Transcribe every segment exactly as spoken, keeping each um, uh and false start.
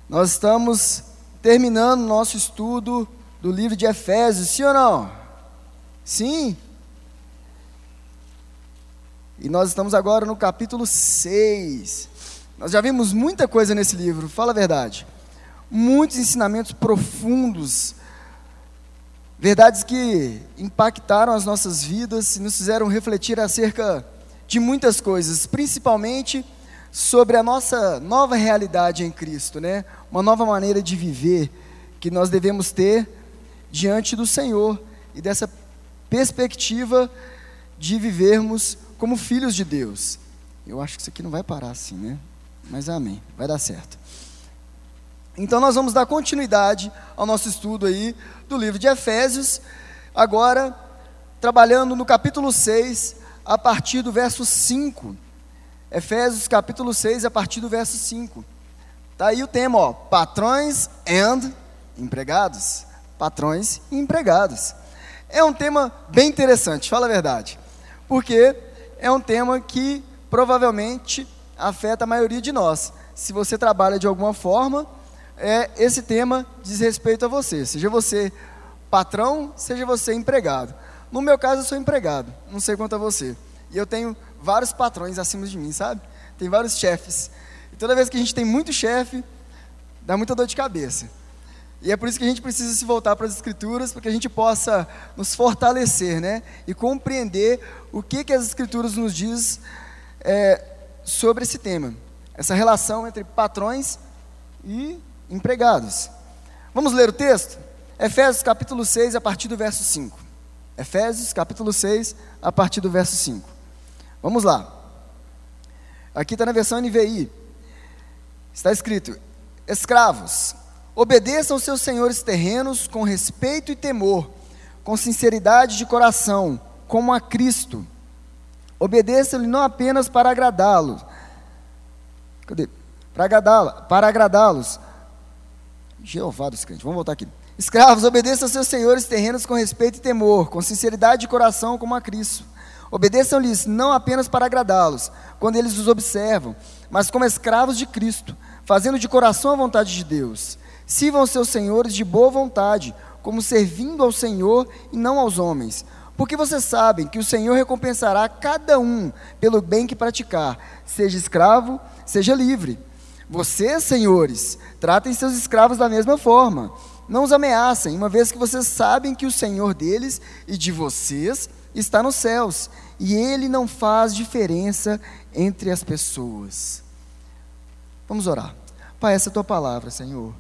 Nós estamos terminando nosso estudo do livro de Efésios, sim ou não? Sim? E nós estamos agora no capítulo seis. Nós já vimos muita coisa nesse livro, fala a verdade. Muitos ensinamentos profundos, verdades que impactaram as nossas vidas e nos fizeram refletir acerca de muitas coisas, principalmente sobre a nossa nova realidade em Cristo, né? Uma nova maneira de viver que nós devemos ter diante do Senhor e dessa perspectiva de vivermos como filhos de Deus. Eu acho que isso aqui não vai parar assim, né? Mas amém, vai dar certo. Então nós vamos dar continuidade ao nosso estudo aí do livro de Efésios, agora trabalhando no capítulo seis, a partir do verso cinco. Efésios capítulo seis, a partir do verso cinco. Está aí o tema, ó, patrões and empregados. Patrões e empregados. É um tema bem interessante, fala a verdade, porque é um tema que provavelmente afeta a maioria de nós. Se você trabalha de alguma forma, é, esse tema diz respeito a você, seja você patrão, seja você empregado. No meu caso, eu sou empregado, não sei quanto a você, e eu tenho vários patrões acima de mim, sabe? Tem vários chefes, e toda vez que a gente tem muito chefe, dá muita dor de cabeça, e é por isso que a gente precisa se voltar para as Escrituras, para que a gente possa nos fortalecer, né? E compreender o que, que as Escrituras nos diz é, sobre esse tema, essa relação entre patrões e empregados. Vamos ler o texto? Efésios capítulo seis, a partir do verso cinco. Efésios capítulo seis, a partir do verso cinco. Vamos lá. Aqui está na versão N V I. Está escrito: escravos, obedeçam aos seus senhores terrenos com respeito e temor, com sinceridade de coração, como a Cristo. Obedeçam-lhe não apenas para agradá-los, cadê? Para agradá-los, para agradá-los. Jeová dos crentes, vamos voltar aqui. Escravos, obedeçam aos seus senhores terrenos com respeito e temor, com sinceridade de coração, como a Cristo. Obedeçam-lhes não apenas para agradá-los, quando eles os observam, mas como escravos de Cristo, fazendo de coração a vontade de Deus. Sirvam aos seus senhores de boa vontade, como servindo ao Senhor e não aos homens, porque vocês sabem que o Senhor recompensará cada um pelo bem que praticar, seja escravo, seja livre. Vocês, senhores, tratem seus escravos da mesma forma. Não os ameacem, uma vez que vocês sabem que o Senhor deles e de vocês está nos céus, e Ele não faz diferença entre as pessoas. Vamos orar. Pai, essa é a Tua palavra, Senhor.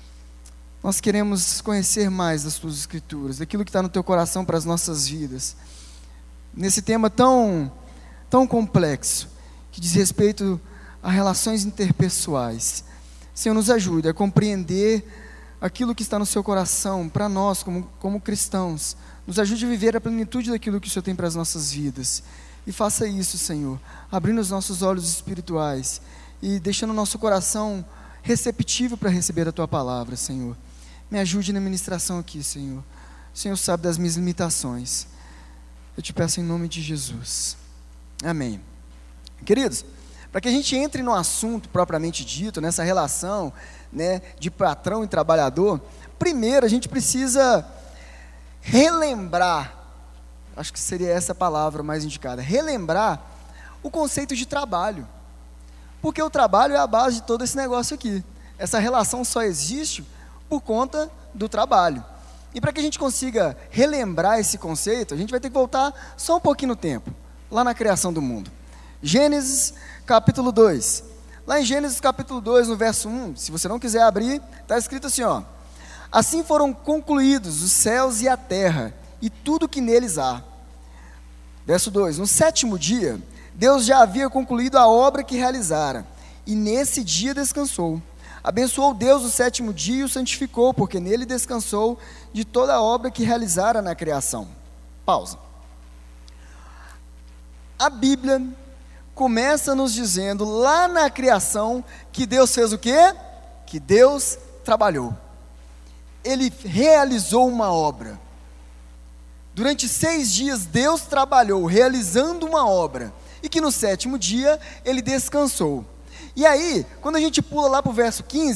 Nós queremos conhecer mais das Tuas Escrituras, daquilo que está no Teu coração para as nossas vidas, nesse tema tão, tão complexo, que diz respeito a relações interpessoais. Senhor, nos ajude a compreender aquilo que está no Seu coração, para nós como, como cristãos. Nos ajude a viver a plenitude daquilo que o Senhor tem para as nossas vidas. E faça isso, Senhor, abrindo os nossos olhos espirituais e deixando o nosso coração receptivo para receber a Tua palavra, Senhor. Me ajude na ministração aqui, Senhor. O Senhor sabe das minhas limitações. Eu te peço em nome de Jesus. Amém. Queridos, para que a gente entre no assunto propriamente dito, nessa relação, né, de patrão e trabalhador, primeiro a gente precisa relembrar, acho que seria essa a palavra mais indicada, relembrar o conceito de trabalho, porque o trabalho é a base de todo esse negócio aqui. Essa relação só existe por conta do trabalho. E para que a gente consiga relembrar esse conceito, a gente vai ter que voltar só um pouquinho no tempo, lá na criação do mundo. Gênesis capítulo dois. Lá em Gênesis capítulo dois, no verso um, se você não quiser abrir, está escrito assim, ó: assim foram concluídos os céus e a terra, e tudo que neles há. Verso dois, no sétimo dia, Deus já havia concluído a obra que realizara, e nesse dia descansou. Abençoou Deus o sétimo dia e o santificou, porque nele descansou de toda a obra que realizara na criação. Pausa. A Bíblia começa nos dizendo, lá na criação, que Deus fez o quê? Que Deus trabalhou. Ele realizou uma obra. Durante seis dias Deus trabalhou, realizando uma obra, e que no sétimo dia Ele descansou. E aí, quando a gente pula lá para o verso quinze,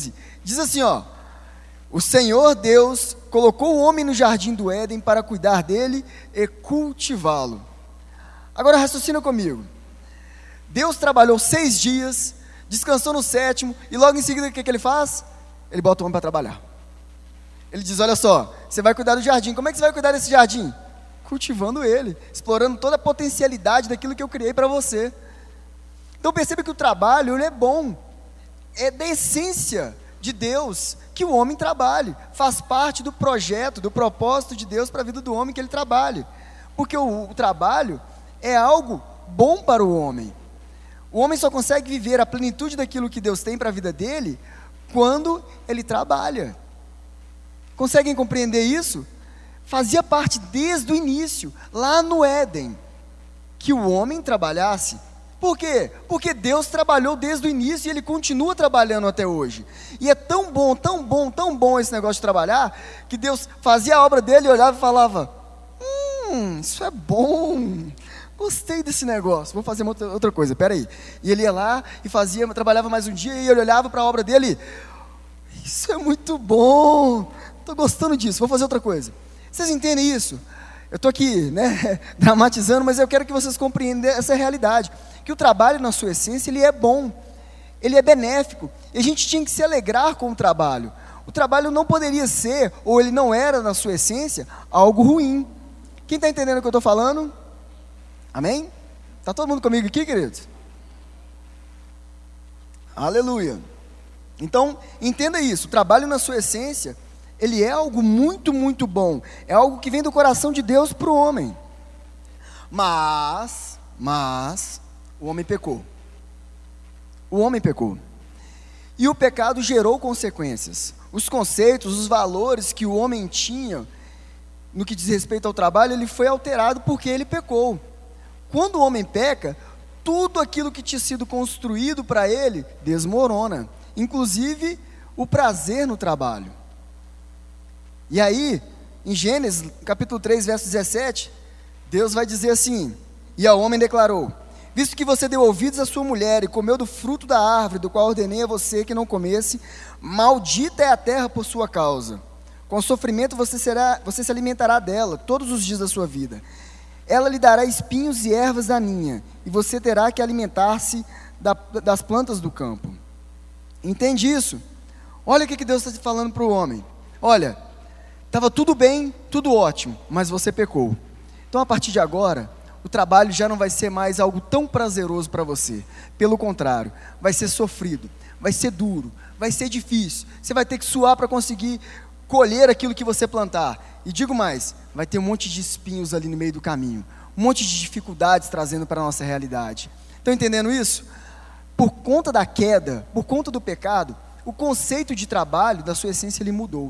Diz assim, ó: o Senhor Deus colocou o homem no jardim do Éden para cuidar dele e cultivá-lo. Agora raciocina comigo. Deus trabalhou seis dias, descansou no sétimo, e logo em seguida o que, que ele faz? Ele bota o homem para trabalhar. Ele diz: olha só, você vai cuidar do jardim. Como é que você vai cuidar desse jardim? Cultivando ele, explorando toda a potencialidade daquilo que eu criei para você. Então perceba que o trabalho, ele é bom. É da essência de Deus que o homem trabalhe. Faz parte do projeto, do propósito de Deus para a vida do homem que ele trabalhe. Porque o, o trabalho é algo bom para o homem. O homem só consegue viver a plenitude daquilo que Deus tem para a vida dele quando ele trabalha. Conseguem compreender isso? Fazia parte desde o início, lá no Éden, que o homem trabalhasse. Por quê? Porque Deus trabalhou desde o início e Ele continua trabalhando até hoje. E é tão bom, tão bom, tão bom esse negócio de trabalhar, que Deus fazia a obra dele, olhava e falava: Hum, isso é bom, gostei desse negócio, vou fazer outra, outra coisa, peraí. E ele ia lá e fazia, trabalhava mais um dia, e ele olhava para a obra dele: isso é muito bom, estou gostando disso, vou fazer outra coisa. Vocês entendem isso? Eu estou aqui, né, dramatizando, mas eu quero que vocês compreendam essa realidade, que o trabalho na sua essência, ele é bom, ele é benéfico, e a gente tinha que se alegrar com o trabalho. O trabalho não poderia ser, ou ele não era na sua essência, algo ruim. Quem está entendendo o que eu estou falando? Amém? Está todo mundo comigo aqui, queridos? Aleluia. Então, entenda isso, o trabalho na sua essência, ele é algo muito, muito bom. É algo que vem do coração de Deus para o homem. Mas, mas, o homem pecou. O homem pecou. E o pecado gerou consequências. Os conceitos, os valores que o homem tinha, no que diz respeito ao trabalho, ele foi alterado porque ele pecou. Quando o homem peca, tudo aquilo que tinha sido construído para ele, desmorona. Inclusive, o prazer no trabalho. E aí, em Gênesis, capítulo três, verso dezessete, Deus vai dizer assim: e ao homem declarou: visto que você deu ouvidos à sua mulher e comeu do fruto da árvore, do qual ordenei a você que não comesse, maldita é a terra por sua causa. Com sofrimento você, será, você se alimentará dela todos os dias da sua vida. Ela lhe dará espinhos e ervas daninhas, e você terá que alimentar-se da, das plantas do campo. Entende isso? Olha o que Deus está falando para o homem. Olha, estava tudo bem, tudo ótimo, mas você pecou. Então, a partir de agora, o trabalho já não vai ser mais algo tão prazeroso para você. Pelo contrário, vai ser sofrido, vai ser duro, vai ser difícil. Você vai ter que suar para conseguir colher aquilo que você plantar. E digo mais, vai ter um monte de espinhos ali no meio do caminho, um monte de dificuldades trazendo para a nossa realidade. Estão entendendo isso? Por conta da queda, por conta do pecado, o conceito de trabalho, da sua essência, ele mudou.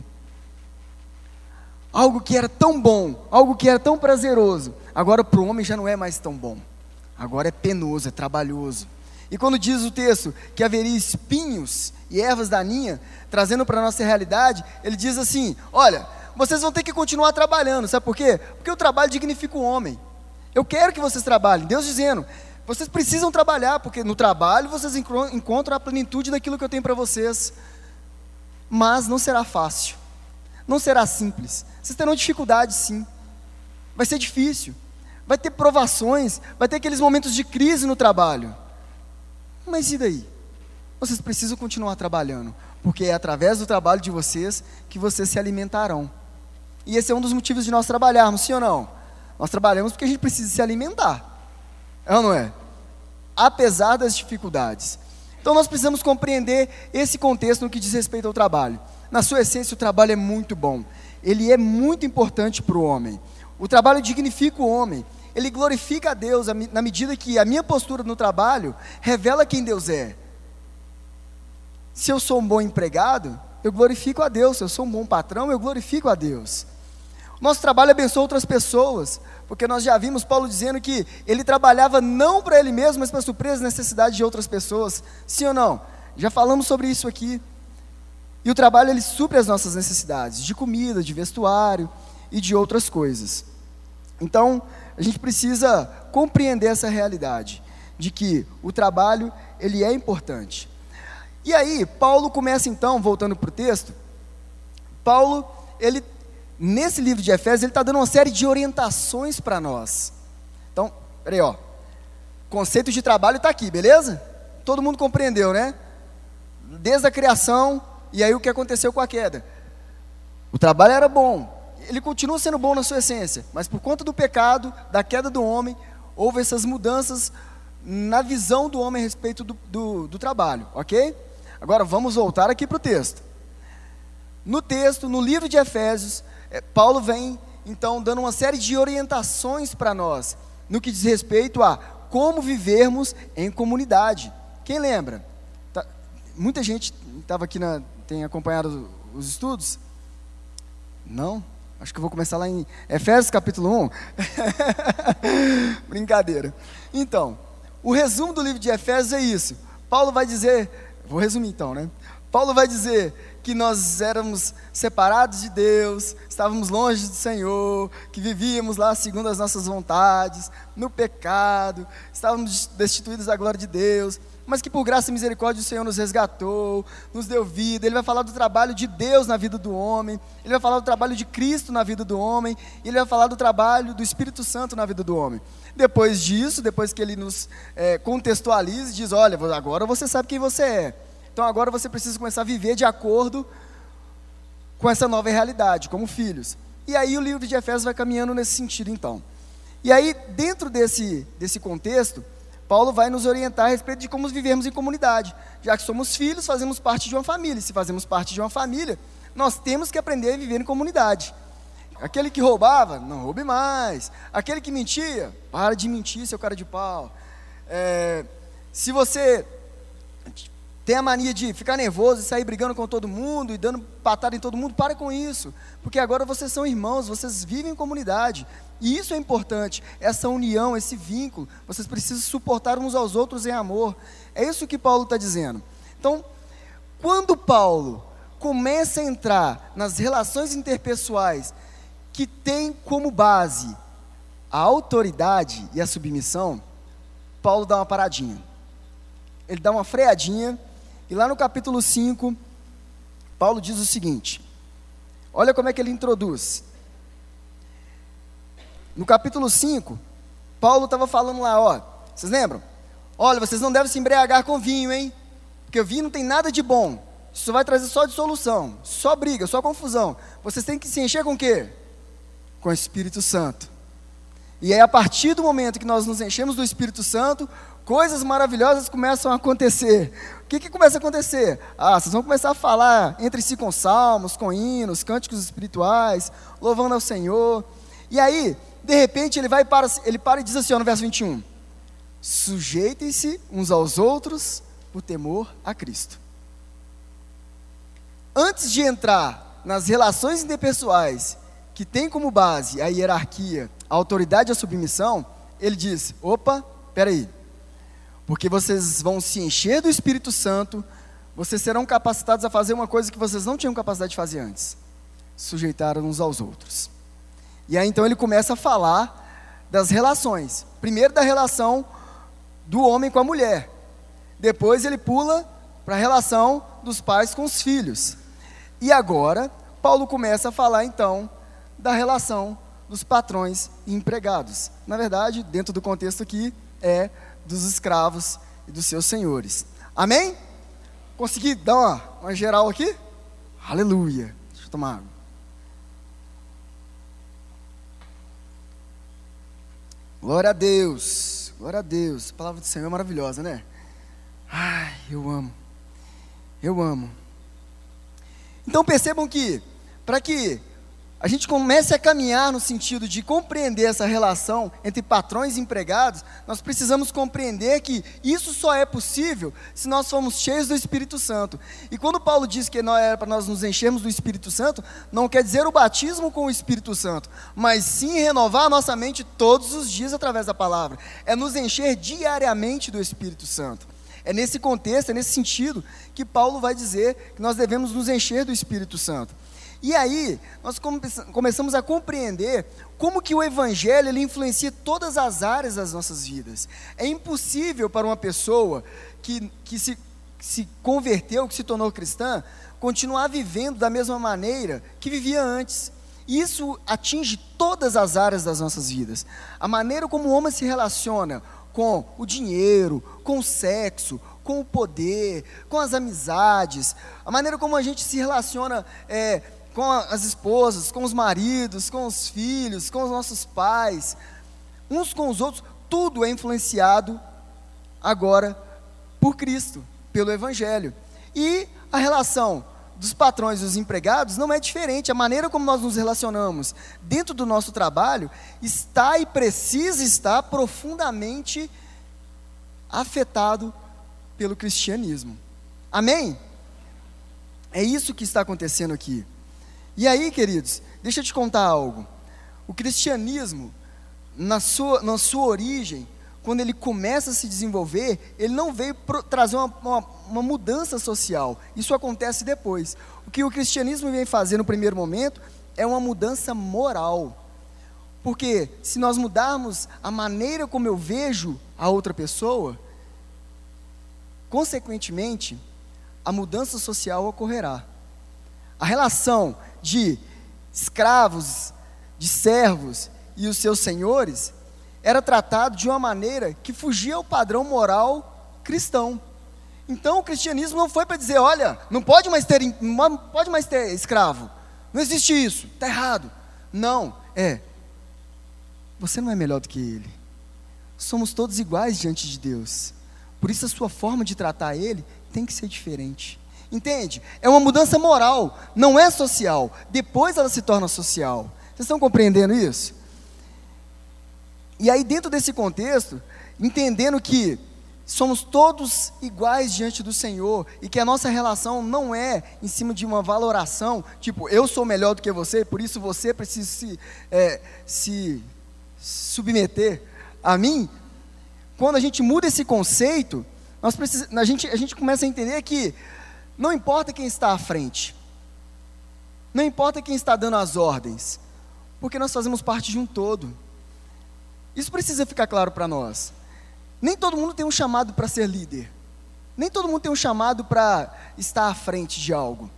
Algo que era tão bom, algo que era tão prazeroso, agora para o homem já não é mais tão bom. Agora é penoso, é trabalhoso. E quando diz o texto que haveria espinhos e ervas daninhas, trazendo para a nossa realidade, ele diz assim: olha, vocês vão ter que continuar trabalhando, sabe por quê? Porque o trabalho dignifica o homem. Eu quero que vocês trabalhem, Deus dizendo, vocês precisam trabalhar, porque no trabalho vocês encontram a plenitude daquilo que eu tenho para vocês. Mas não será fácil, não será simples, vocês terão dificuldade sim, vai ser difícil, vai ter provações, vai ter aqueles momentos de crise no trabalho. Mas e daí? Vocês precisam continuar trabalhando, porque é através do trabalho de vocês que vocês se alimentarão. E esse é um dos motivos de nós trabalharmos, sim ou não? Nós trabalhamos porque a gente precisa se alimentar, é ou não é? Apesar das dificuldades. Então nós precisamos compreender esse contexto no que diz respeito ao trabalho. Na sua essência, o trabalho é muito bom, ele é muito importante para o homem. O trabalho dignifica o homem, ele glorifica a Deus na medida que a minha postura no trabalho revela quem Deus é. Se eu sou um bom empregado, eu glorifico a Deus. Se eu sou um bom patrão, eu glorifico a Deus. Nosso trabalho abençoa outras pessoas, porque nós já vimos Paulo dizendo que ele trabalhava não para ele mesmo, mas para suprir as necessidades de outras pessoas. Sim ou não? Já falamos sobre isso aqui. E o trabalho, ele supre as nossas necessidades de comida, de vestuário e de outras coisas. Então, a gente precisa compreender essa realidade, de que o trabalho, ele é importante. E aí, Paulo começa então, voltando para o texto, Paulo, ele, nesse livro de Efésios, ele está dando uma série de orientações para nós. Então, peraí, ó, conceito de trabalho está aqui, beleza? Todo mundo compreendeu, né? Desde a criação, e aí o que aconteceu com a queda? O trabalho era bom, ele continua sendo bom na sua essência, mas por conta do pecado, da queda do homem, houve essas mudanças na visão do homem a respeito do, do, do trabalho, ok? Agora vamos voltar aqui para o texto. No texto, no livro de Efésios, Paulo vem então dando uma série de orientações para nós, no que diz respeito a como vivermos em comunidade. Quem lembra? Tá, muita gente estava aqui, na, tem acompanhado os estudos? Não? Acho que eu vou começar lá em Efésios capítulo um. Brincadeira. Então, o resumo do livro de Efésios é isso. Paulo vai dizer, vou resumir então, né? Paulo vai dizer que nós éramos separados de Deus, estávamos longe do Senhor, que vivíamos lá segundo as nossas vontades, no pecado, estávamos destituídos da glória de Deus, mas que por graça e misericórdia o Senhor nos resgatou, nos deu vida. Ele vai falar do trabalho de Deus na vida do homem, ele vai falar do trabalho de Cristo na vida do homem, e ele vai falar do trabalho do Espírito Santo na vida do homem. Depois disso, depois que ele nos é, contextualiza e diz, olha, agora você sabe quem você é, então agora você precisa começar a viver de acordo com essa nova realidade, como filhos. E aí o livro de Efésios vai caminhando nesse sentido então. E aí, dentro desse, desse contexto, Paulo vai nos orientar a respeito de como vivermos em comunidade. Já que somos filhos, fazemos parte de uma família. Se fazemos parte de uma família, nós temos que aprender a viver em comunidade. Aquele que roubava, não roube mais. Aquele que mentia, para de mentir, seu cara de pau. É, se você tem a mania de ficar nervoso e sair brigando com todo mundo e dando patada em todo mundo, pare com isso, porque agora vocês são irmãos, vocês vivem em comunidade, e isso é importante, essa união, esse vínculo, vocês precisam suportar uns aos outros em amor, é isso que Paulo está dizendo. Então, quando Paulo começa a entrar nas relações interpessoais, que tem como base a autoridade e a submissão, Paulo dá uma paradinha, ele dá uma freadinha, e lá no capítulo cinco, Paulo diz o seguinte, olha como é que ele introduz. No capítulo cinco, Paulo estava falando lá, ó, vocês lembram? Olha, vocês não devem se embriagar com vinho, hein? Porque o vinho não tem nada de bom, isso vai trazer só dissolução, só briga, só confusão. Vocês têm que se encher com o quê? Com o Espírito Santo. E aí, a partir do momento que nós nos enchemos do Espírito Santo, coisas maravilhosas começam a acontecer. O que que começa a acontecer? Ah, vocês vão começar a falar entre si com salmos, com hinos, cânticos espirituais, louvando ao Senhor. E aí, de repente, ele vai para, ele para e diz assim, ó, no verso vinte e um, sujeitem-se uns aos outros por temor a Cristo. Antes de entrar nas relações interpessoais, que tem como base a hierarquia, a autoridade e a submissão, ele diz, opa, peraí, porque vocês vão se encher do Espírito Santo, vocês serão capacitados a fazer uma coisa que vocês não tinham capacidade de fazer antes, sujeitar uns aos outros. E aí então ele começa a falar das relações, primeiro da relação do homem com a mulher, depois ele pula para a relação dos pais com os filhos, e agora Paulo começa a falar então da relação dos patrões e empregados. Na verdade, dentro do contexto aqui, é dos escravos e dos seus senhores. Amém? Consegui dar uma, uma geral aqui? Aleluia. Deixa eu tomar água. Glória a Deus. Glória a Deus. A palavra do Senhor é maravilhosa, né? Ai, eu amo. Eu amo. Então percebam que, para que a gente comece a caminhar no sentido de compreender essa relação entre patrões e empregados, nós precisamos compreender que isso só é possível se nós formos cheios do Espírito Santo. E quando Paulo diz que não é para nós nos enchermos do Espírito Santo, não quer dizer o batismo com o Espírito Santo, mas sim renovar a nossa mente todos os dias através da palavra. É nos encher diariamente do Espírito Santo. É nesse contexto, é nesse sentido que Paulo vai dizer que nós devemos nos encher do Espírito Santo. E aí, nós come- começamos a compreender como que o Evangelho ele influencia todas as áreas das nossas vidas. É impossível para uma pessoa que, que se se converteu, que se tornou cristã, continuar vivendo da mesma maneira que vivia antes. E isso atinge todas as áreas das nossas vidas. A maneira como o homem se relaciona com o dinheiro, com o sexo, com o poder, com as amizades, a maneira como a gente se relaciona é, com a, as esposas, com os maridos, com os filhos, com os nossos pais, uns com os outros, tudo é influenciado agora por Cristo, pelo Evangelho. E a relação dos patrões e dos empregados não é diferente. A maneira como nós nos relacionamos dentro do nosso trabalho está e precisa estar profundamente afetado pelo cristianismo. Amém? É isso que está acontecendo aqui. E aí, queridos, deixa eu te contar algo. O cristianismo, na sua, na sua origem, quando ele começa a se desenvolver, ele não veio pro, trazer uma, uma, uma mudança social. Isso acontece depois. O que o cristianismo vem fazer no primeiro momento é uma mudança moral. Porque se nós mudarmos a maneira como eu vejo a outra pessoa, consequentemente, a mudança social ocorrerá. A relação de escravos, de servos e os seus senhores era tratado de uma maneira que fugia ao padrão moral cristão. Então o cristianismo não foi para dizer, olha, não pode mais ter, não pode mais ter escravo, não existe isso, está errado. Não, é, você não é melhor do que ele, somos todos iguais diante de Deus, por isso a sua forma de tratar ele tem que ser diferente. Entende? É uma mudança moral, não é social, depois ela se torna social. Vocês estão compreendendo isso? E aí, dentro desse contexto, entendendo que somos todos iguais diante do Senhor e que a nossa relação não é em cima de uma valoração, tipo, eu sou melhor do que você, por isso você precisa se, é, se submeter a mim. Quando a gente muda esse conceito, nós precis, a, gente, a gente começa a entender que não importa quem está à frente, não importa quem está dando as ordens, porque nós fazemos parte de um todo. Isso precisa ficar claro para nós. Nem todo mundo tem um chamado para ser líder, nem todo mundo tem um chamado para estar à frente de algo.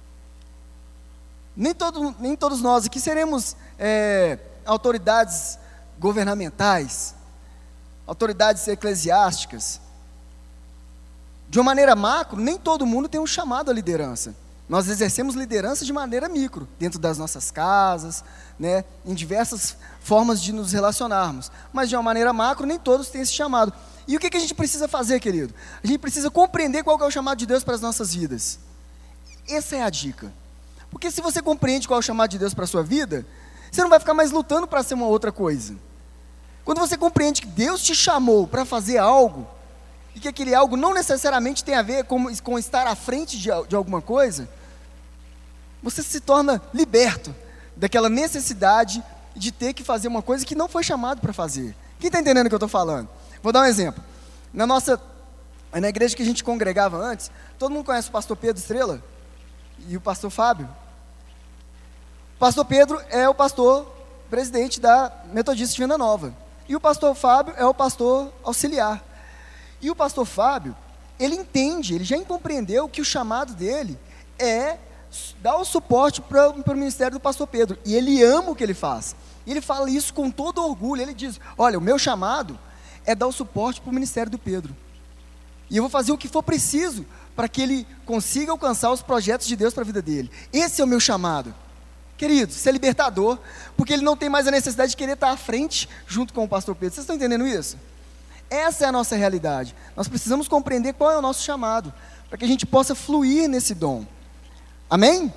Nem, todo, nem todos nós aqui seremos é, autoridades governamentais, autoridades eclesiásticas. De uma maneira macro, nem todo mundo tem um chamado à liderança. Nós exercemos liderança de maneira micro, dentro das nossas casas, né, em diversas formas de nos relacionarmos. Mas de uma maneira macro, nem todos têm esse chamado. E o que, que a gente precisa fazer, querido? A gente precisa compreender qual que é o chamado de Deus para as nossas vidas. Essa é a dica. Porque se você compreende qual é o chamado de Deus para a sua vida, você não vai ficar mais lutando para ser uma outra coisa. Quando você compreende que Deus te chamou para fazer algo, e que aquele algo não necessariamente tem a ver com, com estar à frente de, de alguma coisa, você se torna liberto daquela necessidade de ter que fazer uma coisa que não foi chamado para fazer. Quem está entendendo o que eu estou falando? Vou dar um exemplo. Na nossa, na igreja que a gente congregava antes, todo mundo conhece o pastor Pedro Estrela e o pastor Fábio. O pastor Pedro é o pastor presidente da Metodista de Venda Nova, e o pastor Fábio é o pastor auxiliar. E o pastor Fábio, ele entende, ele já compreendeu que o chamado dele é dar o suporte para o ministério do pastor Pedro, e ele ama o que ele faz, e ele fala isso com todo orgulho. Ele diz, olha, o meu chamado é dar o suporte para o ministério do Pedro, e eu vou fazer o que for preciso para que ele consiga alcançar os projetos de Deus para a vida dele. Esse é o meu chamado. Queridos, isso é libertador, porque ele não tem mais a necessidade de querer estar à frente junto com o pastor Pedro. Vocês estão entendendo isso? Essa é a nossa realidade. Nós precisamos compreender qual é o nosso chamado, para que a gente possa fluir nesse dom. Amém?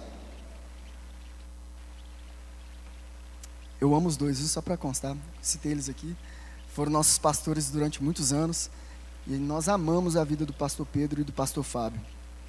Eu amo os dois, só para constar, citei eles aqui. Foram nossos pastores durante muitos anos, e nós amamos a vida do pastor Pedro e do pastor Fábio.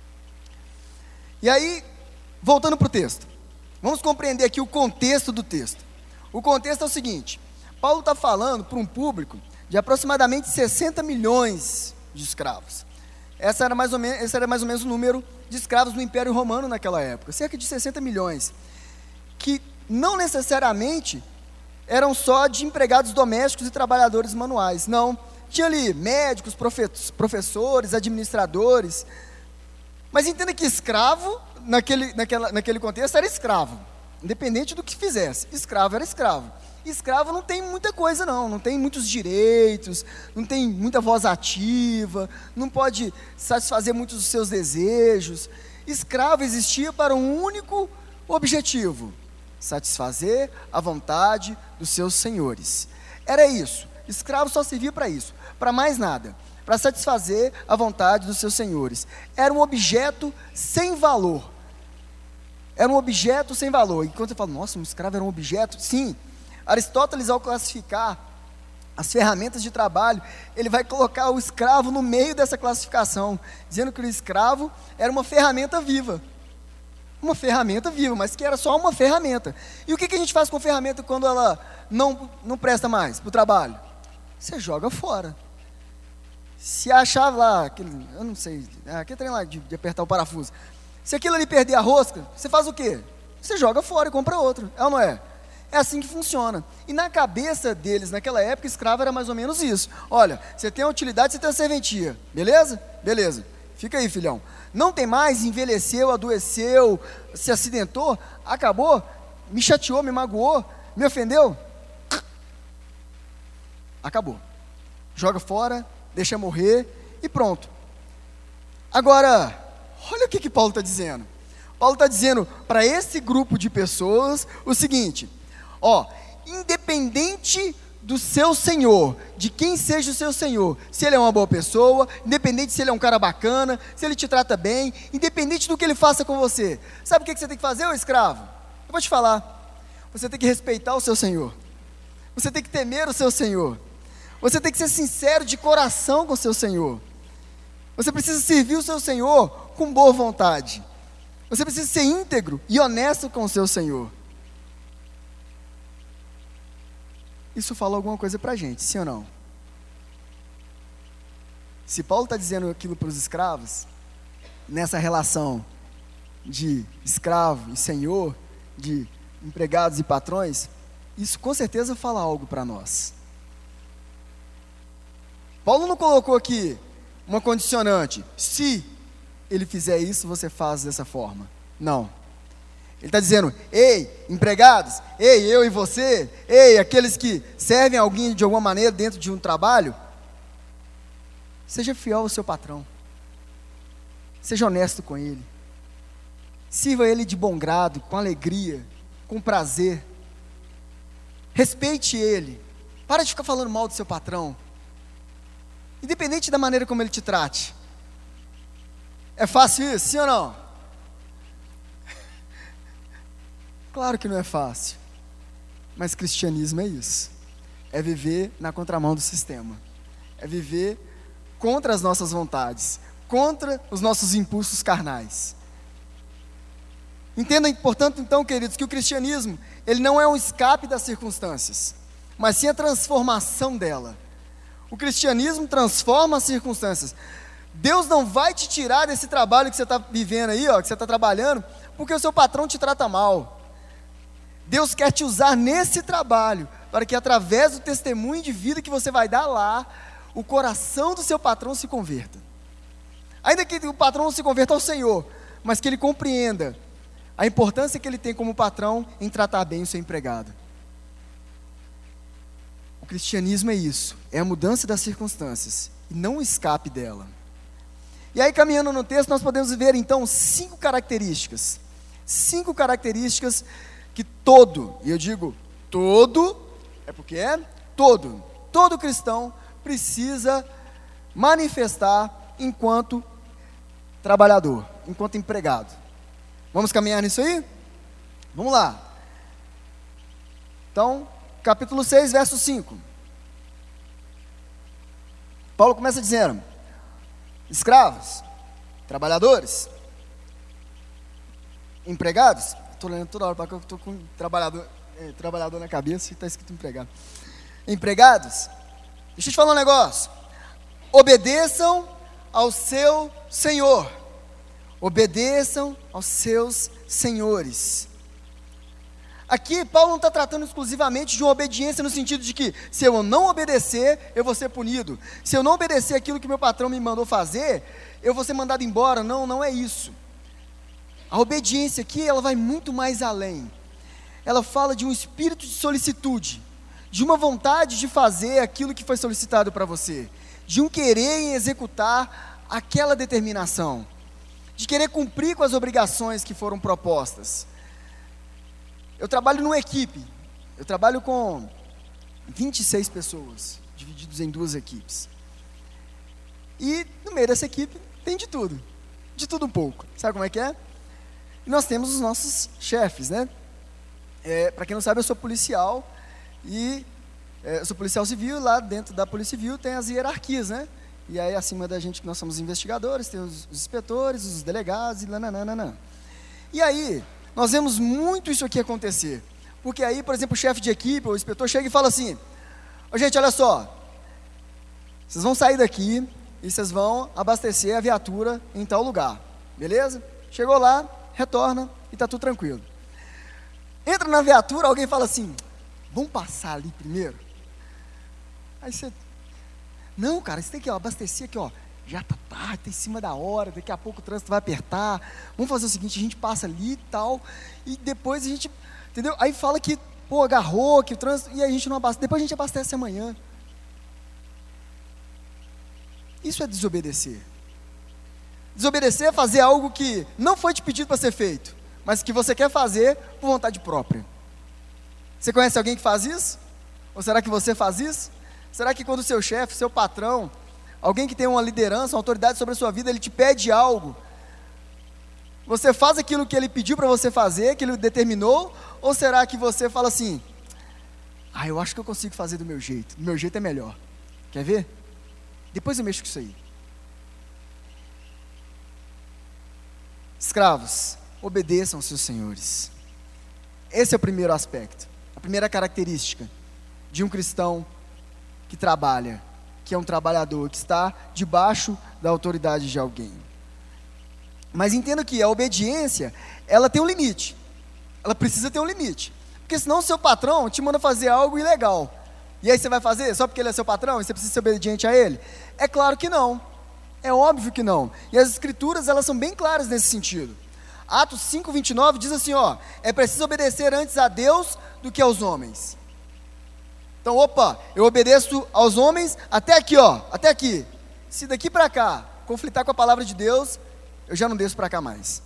E aí, voltando para o texto, vamos compreender aqui o contexto do texto. O contexto é o seguinte: Paulo está falando para um público de aproximadamente sessenta milhões de escravos. Essa era mais ou menos, esse era mais ou menos o número de escravos no Império Romano naquela época, cerca de sessenta milhões, que não necessariamente eram só de empregados domésticos e trabalhadores manuais, não, tinha ali médicos, professores, administradores, Mas entenda que escravo, naquele, naquela, naquele contexto, era escravo, independente do que fizesse. Escravo era escravo. Escravo não tem muita coisa não, não tem muitos direitos, não tem muita voz ativa, não pode satisfazer muitos dos seus desejos. Escravo existia para um único objetivo: satisfazer a vontade dos seus senhores. Era isso, escravo só servia para isso, para mais nada, para satisfazer a vontade dos seus senhores. Era um objeto sem valor, era um objeto sem valor. E quando você fala, nossa, um escravo era um objeto? Sim. Aristóteles, ao classificar as ferramentas de trabalho, ele vai colocar o escravo no meio dessa classificação, dizendo que o escravo era uma ferramenta viva. Uma ferramenta viva, mas que era só uma ferramenta. E o que, que a gente faz com a ferramenta quando ela não, não presta mais para o trabalho? Você joga fora. Se achar lá, aquele, eu não sei, aquele trem lá de, de apertar o parafuso, se aquilo ali perder a rosca, você faz o quê? Você joga fora e compra outro, é ou não é? É assim que funciona. E na cabeça deles, naquela época, escravo era mais ou menos isso. Olha, você tem a utilidade, você tem a serventia. Beleza? Beleza. Fica aí, filhão. Não tem mais, envelheceu, adoeceu, se acidentou, acabou, me chateou, me magoou, me ofendeu. Acabou. Joga fora, deixa morrer e pronto. Agora, olha o que, que Paulo está dizendo. Paulo está dizendo para esse grupo de pessoas o seguinte: ó, independente do seu senhor, de quem seja o seu senhor, se ele é uma boa pessoa, independente se ele é um cara bacana, se ele te trata bem, independente do que ele faça com você, sabe o que você tem que fazer, ô escravo? Eu vou te falar, você tem que respeitar o seu senhor, você tem que temer o seu senhor, você tem que ser sincero de coração com o seu senhor, você precisa servir o seu senhor com boa vontade, você precisa ser íntegro e honesto com o seu senhor. Isso fala alguma coisa para a gente, sim ou não? Se Paulo está dizendo aquilo para os escravos, nessa relação de escravo e senhor, de empregados e patrões, isso com certeza fala algo para nós. Paulo não colocou aqui uma condicionante: se ele fizer isso, você faz dessa forma. Não. Ele está dizendo: ei, empregados, ei, eu e você, ei, aqueles que servem alguém de alguma maneira dentro de um trabalho, seja fiel ao seu patrão, seja honesto com ele, sirva ele de bom grado, com alegria, com prazer, respeite ele, para de ficar falando mal do seu patrão, independente da maneira como ele te trate. É fácil isso, sim ou não? Claro que não é fácil, mas cristianismo é isso, é viver na contramão do sistema, é viver contra as nossas vontades, contra os nossos impulsos carnais. Entendam, portanto, então, queridos, que o cristianismo, ele não é um escape das circunstâncias, mas sim a transformação dela. O cristianismo transforma as circunstâncias. Deus não vai te tirar desse trabalho que você está vivendo aí, ó, que você está trabalhando, porque o seu patrão te trata mal. Deus quer te usar nesse trabalho, para que através do testemunho de vida que você vai dar lá, o coração do seu patrão se converta. Ainda que o patrão não se converta ao Senhor, mas que ele compreenda a importância que ele tem como patrão em tratar bem o seu empregado. O cristianismo é isso, é a mudança das circunstâncias, e não o escape dela. E aí, caminhando no texto, nós podemos ver então cinco características, cinco características que todo, e eu digo todo, é porque é todo, todo cristão precisa manifestar enquanto trabalhador, enquanto empregado. Vamos caminhar nisso aí? Vamos lá. Então, capítulo seis, verso cinco. Paulo começa dizendo: escravos, trabalhadores, empregados. Estou lendo toda hora para que eu estou com trabalhador, é, trabalhador na cabeça e está escrito empregado. Empregados, deixa eu te falar um negócio. Obedeçam ao seu Senhor. Obedeçam aos seus senhores. Aqui, Paulo não está tratando exclusivamente de uma obediência no sentido de que, se eu não obedecer, eu vou ser punido. Se eu não obedecer aquilo que meu patrão me mandou fazer, eu vou ser mandado embora. Não, não é isso. A obediência aqui, ela vai muito mais além. Ela fala de um espírito de solicitude, de uma vontade de fazer aquilo que foi solicitado para você, de um querer em executar aquela determinação, de querer cumprir com as obrigações que foram propostas. Eu trabalho numa equipe, eu trabalho com vinte e seis pessoas, divididos em duas equipes. E no meio dessa equipe tem de tudo, de tudo um pouco. Sabe como é que é? E nós temos os nossos chefes, né? É, para quem não sabe, eu sou policial, e é, eu sou policial civil, e lá dentro da Polícia Civil tem as hierarquias, né? E aí acima da gente, que nós somos investigadores, tem os, os inspetores, os delegados, e nananana. E aí, nós vemos muito isso aqui acontecer, porque aí, por exemplo, o chefe de equipe, ou o inspetor, chega e fala assim: ô gente, olha só, vocês vão sair daqui, e vocês vão abastecer a viatura em tal lugar, beleza? Chegou lá, retorna, e está tudo tranquilo. Entra na viatura, alguém fala assim: vamos passar ali primeiro? Aí você, não cara, você tem que ó, abastecer aqui, ó, já tá tarde, tá em cima da hora, daqui a pouco o trânsito vai apertar, vamos fazer o seguinte, a gente passa ali e tal, e depois a gente, entendeu? Aí fala que, pô, agarrou, que o trânsito, e a gente não abastece, depois a gente abastece amanhã. Isso é desobedecer. Desobedecer é fazer algo que não foi te pedido para ser feito, mas que você quer fazer por vontade própria. Você conhece alguém que faz isso? Ou será que você faz isso? Será que quando o seu chefe, seu patrão, alguém que tem uma liderança, uma autoridade sobre a sua vida, ele te pede algo, você faz aquilo que ele pediu para você fazer, que ele determinou, ou será que você fala assim: ah, eu acho que eu consigo fazer do meu jeito, do meu jeito é melhor, quer ver? Depois eu mexo com isso aí. Escravos, obedeçam aos seus senhores. Esse é o primeiro aspecto, a primeira característica de um cristão que trabalha, que é um trabalhador, que está debaixo da autoridade de alguém. Mas entenda que a obediência, ela tem um limite, ela precisa ter um limite, porque senão o seu patrão te manda fazer algo ilegal, e aí você vai fazer só porque ele é seu patrão, e você precisa ser obediente a ele? É claro que não, é óbvio que não, e as escrituras, elas são bem claras nesse sentido. Atos cinco, vinte e nove diz assim, ó, é preciso obedecer antes a Deus do que aos homens. Então, opa, eu obedeço aos homens até aqui, ó, até aqui. Se daqui para cá conflitar com a palavra de Deus, eu já não desço para cá mais.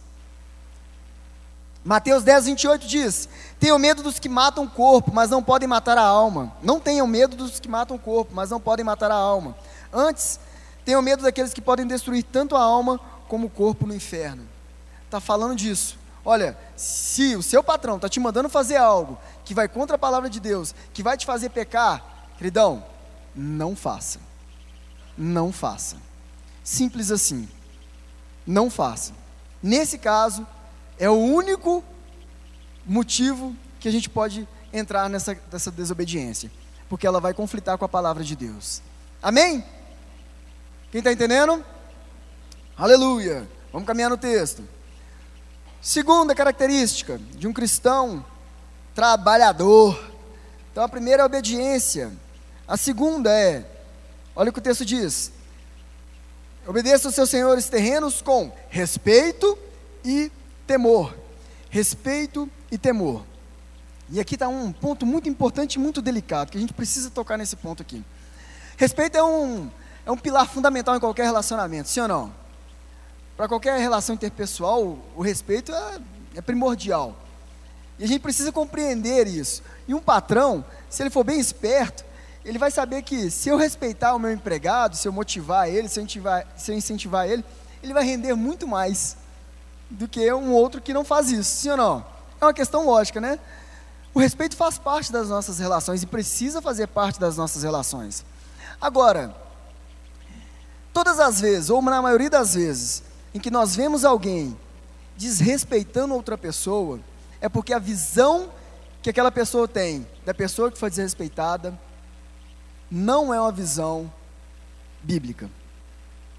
Mateus dez, vinte e oito diz: tenham medo dos que matam o corpo, mas não podem matar a alma. Não tenham medo dos que matam o corpo, mas não podem matar a alma. Antes, tenham medo daqueles que podem destruir tanto a alma como o corpo no inferno. Está falando disso. Olha, se o seu patrão está te mandando fazer algo que vai contra a palavra de Deus, que vai te fazer pecar, queridão, não faça. Não faça. Simples assim. Não faça. Nesse caso, é o único motivo que a gente pode entrar nessa, nessa desobediência, porque ela vai conflitar com a palavra de Deus. Amém? Quem está entendendo? Aleluia. Vamos caminhar no texto. Segunda característica de um cristão trabalhador. Então a primeira é a obediência. A segunda é, olha o que o texto diz: obedeça aos seus senhores terrenos com respeito e temor. Respeito e temor. E aqui está um ponto muito importante e muito delicado, que a gente precisa tocar nesse ponto aqui. Respeito é um, é um pilar fundamental em qualquer relacionamento, sim ou não? Para qualquer relação interpessoal, o respeito é, é primordial. E a gente precisa compreender isso. E um patrão, se ele for bem esperto, ele vai saber que se eu respeitar o meu empregado, se eu motivar ele, se eu incentivar, se eu incentivar ele, ele vai render muito mais do que um outro que não faz isso, sim ou não? É uma questão lógica, né? O respeito faz parte das nossas relações e precisa fazer parte das nossas relações. Agora, todas as vezes, ou na maioria das vezes, em que nós vemos alguém desrespeitando outra pessoa, é porque a visão que aquela pessoa tem da pessoa que foi desrespeitada não é uma visão bíblica.